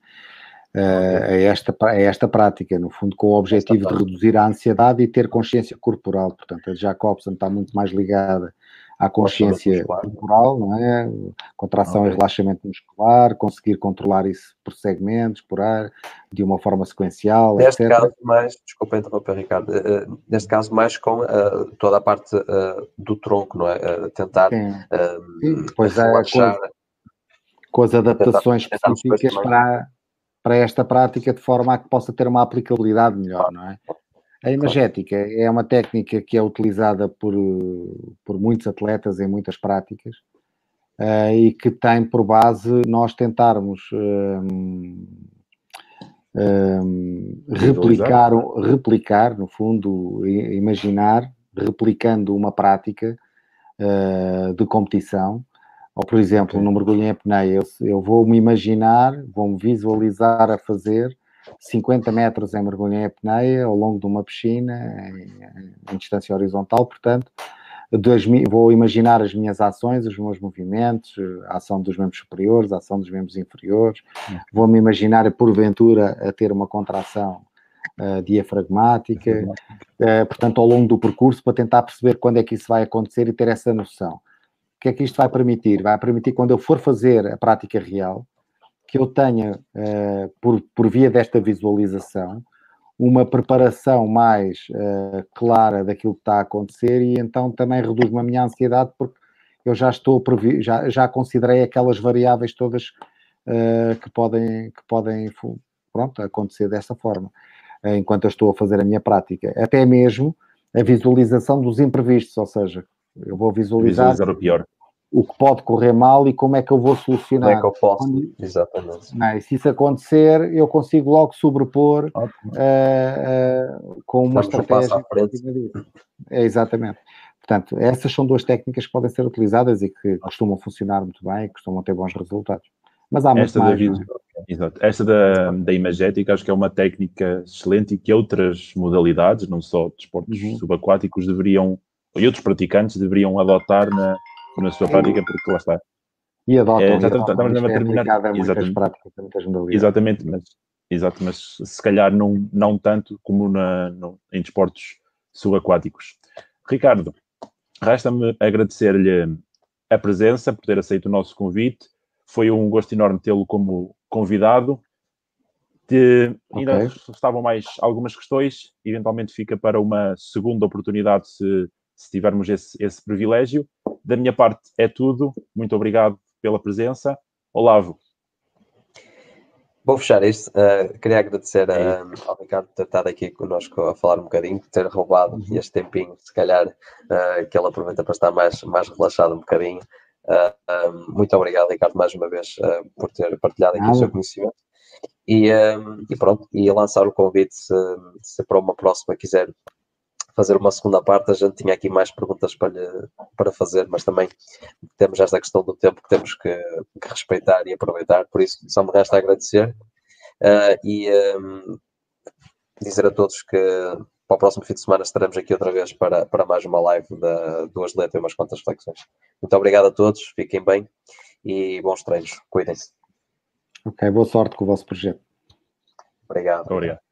Uh, a, esta, a esta prática, no fundo, com o objetivo de reduzir a ansiedade e ter consciência corporal. Portanto, a Jacobson está muito mais ligada à consciência corporal, não é? Contração okay. e relaxamento muscular, conseguir controlar isso por segmentos, por ar, de uma forma sequencial, neste etcétera. Caso mais, desculpa interromper, Ricardo, uh, neste caso mais com uh, toda a parte uh, do tronco, não é? Uh, tentar Sim. Uh, Sim, depois relaxar. Com, com as adaptações tentar, específicas tentar para, para esta prática, de forma a que possa ter uma aplicabilidade melhor, não é? A imagética claro. é uma técnica que é utilizada por, por muitos atletas em muitas práticas uh, e que tem por base nós tentarmos um, um, replicar, replicar, no fundo, imaginar, replicando uma prática uh, de competição. Ou, por exemplo, okay. no mergulho em apneia, eu, eu vou-me imaginar, vou-me visualizar a fazer cinquenta metros em mergulho em apneia ao longo de uma piscina em, em distância horizontal, portanto, dois, vou imaginar as minhas ações, os meus movimentos, a ação dos membros superiores, a ação dos membros inferiores, okay. vou-me imaginar, porventura, a ter uma contração uh, diafragmática, uh, portanto, ao longo do percurso, para tentar perceber quando é que isso vai acontecer e ter essa noção. O que é que isto vai permitir? Vai permitir, quando eu for fazer a prática real, que eu tenha, uh, por, por via desta visualização, uma preparação mais uh, clara daquilo que está a acontecer e então também reduz-me a minha ansiedade porque eu já estou, previ- já, já considerei aquelas variáveis todas uh, que podem, que podem pronto, acontecer dessa forma, uh, enquanto eu estou a fazer a minha prática. Até mesmo a visualização dos imprevistos, ou seja, eu vou visualizar... Visualizar o pior. O que pode correr mal e como é que eu vou solucionar. Como é que eu posso? Quando, exatamente. Não, e se isso acontecer, eu consigo logo sobrepor uh, uh, com uma Estamos estratégia. À frente. É, exatamente. Portanto, essas são duas técnicas que podem ser utilizadas e que costumam funcionar muito bem e costumam ter bons resultados. Mas há muito Esta mais. Da, é? Exato. Esta da, da imagética acho que é uma técnica excelente e que outras modalidades, não só desportos uhum. subaquáticos, deveriam, e outros praticantes deveriam adotar na na sua prática, porque lá está. E adotam, é, já adotam. Estamos mesmo a terminar. É muitas práticas, muitas modalidades. Exatamente, mas, exato, mas se calhar não, não tanto como na, no, em desportos subaquáticos. Ricardo, resta-me agradecer-lhe a presença, por ter aceito o nosso convite. Foi um gosto enorme tê-lo como convidado. De, ainda Ok. estavam mais algumas questões, eventualmente fica para uma segunda oportunidade se, se tivermos esse, esse privilégio. Da minha parte é tudo. Muito obrigado pela presença. Olavo. Vou fechar isto. Uh, queria agradecer É uh, ao Ricardo por ter estado aqui connosco a falar um bocadinho, por ter roubado Uhum. este tempinho, se calhar, uh, que ele aproveita para estar mais, mais relaxado um bocadinho. Uh, um, muito obrigado, Ricardo, mais uma vez, uh, por ter partilhado aqui o seu Nada. conhecimento. E, um, e pronto, e lançar o convite, se, se para uma próxima quiser fazer uma segunda parte. A gente tinha aqui mais perguntas para, lhe, para fazer, mas também temos esta questão do tempo que temos que, que respeitar e aproveitar, por isso só me resta agradecer uh, e um, dizer a todos que para o próximo fim de semana estaremos aqui outra vez para, para mais uma live de duas letras e umas quantas flexões. Muito obrigado a todos, fiquem bem e bons treinos, cuidem-se. Ok, boa sorte com o vosso projeto. Obrigado. Obrigado.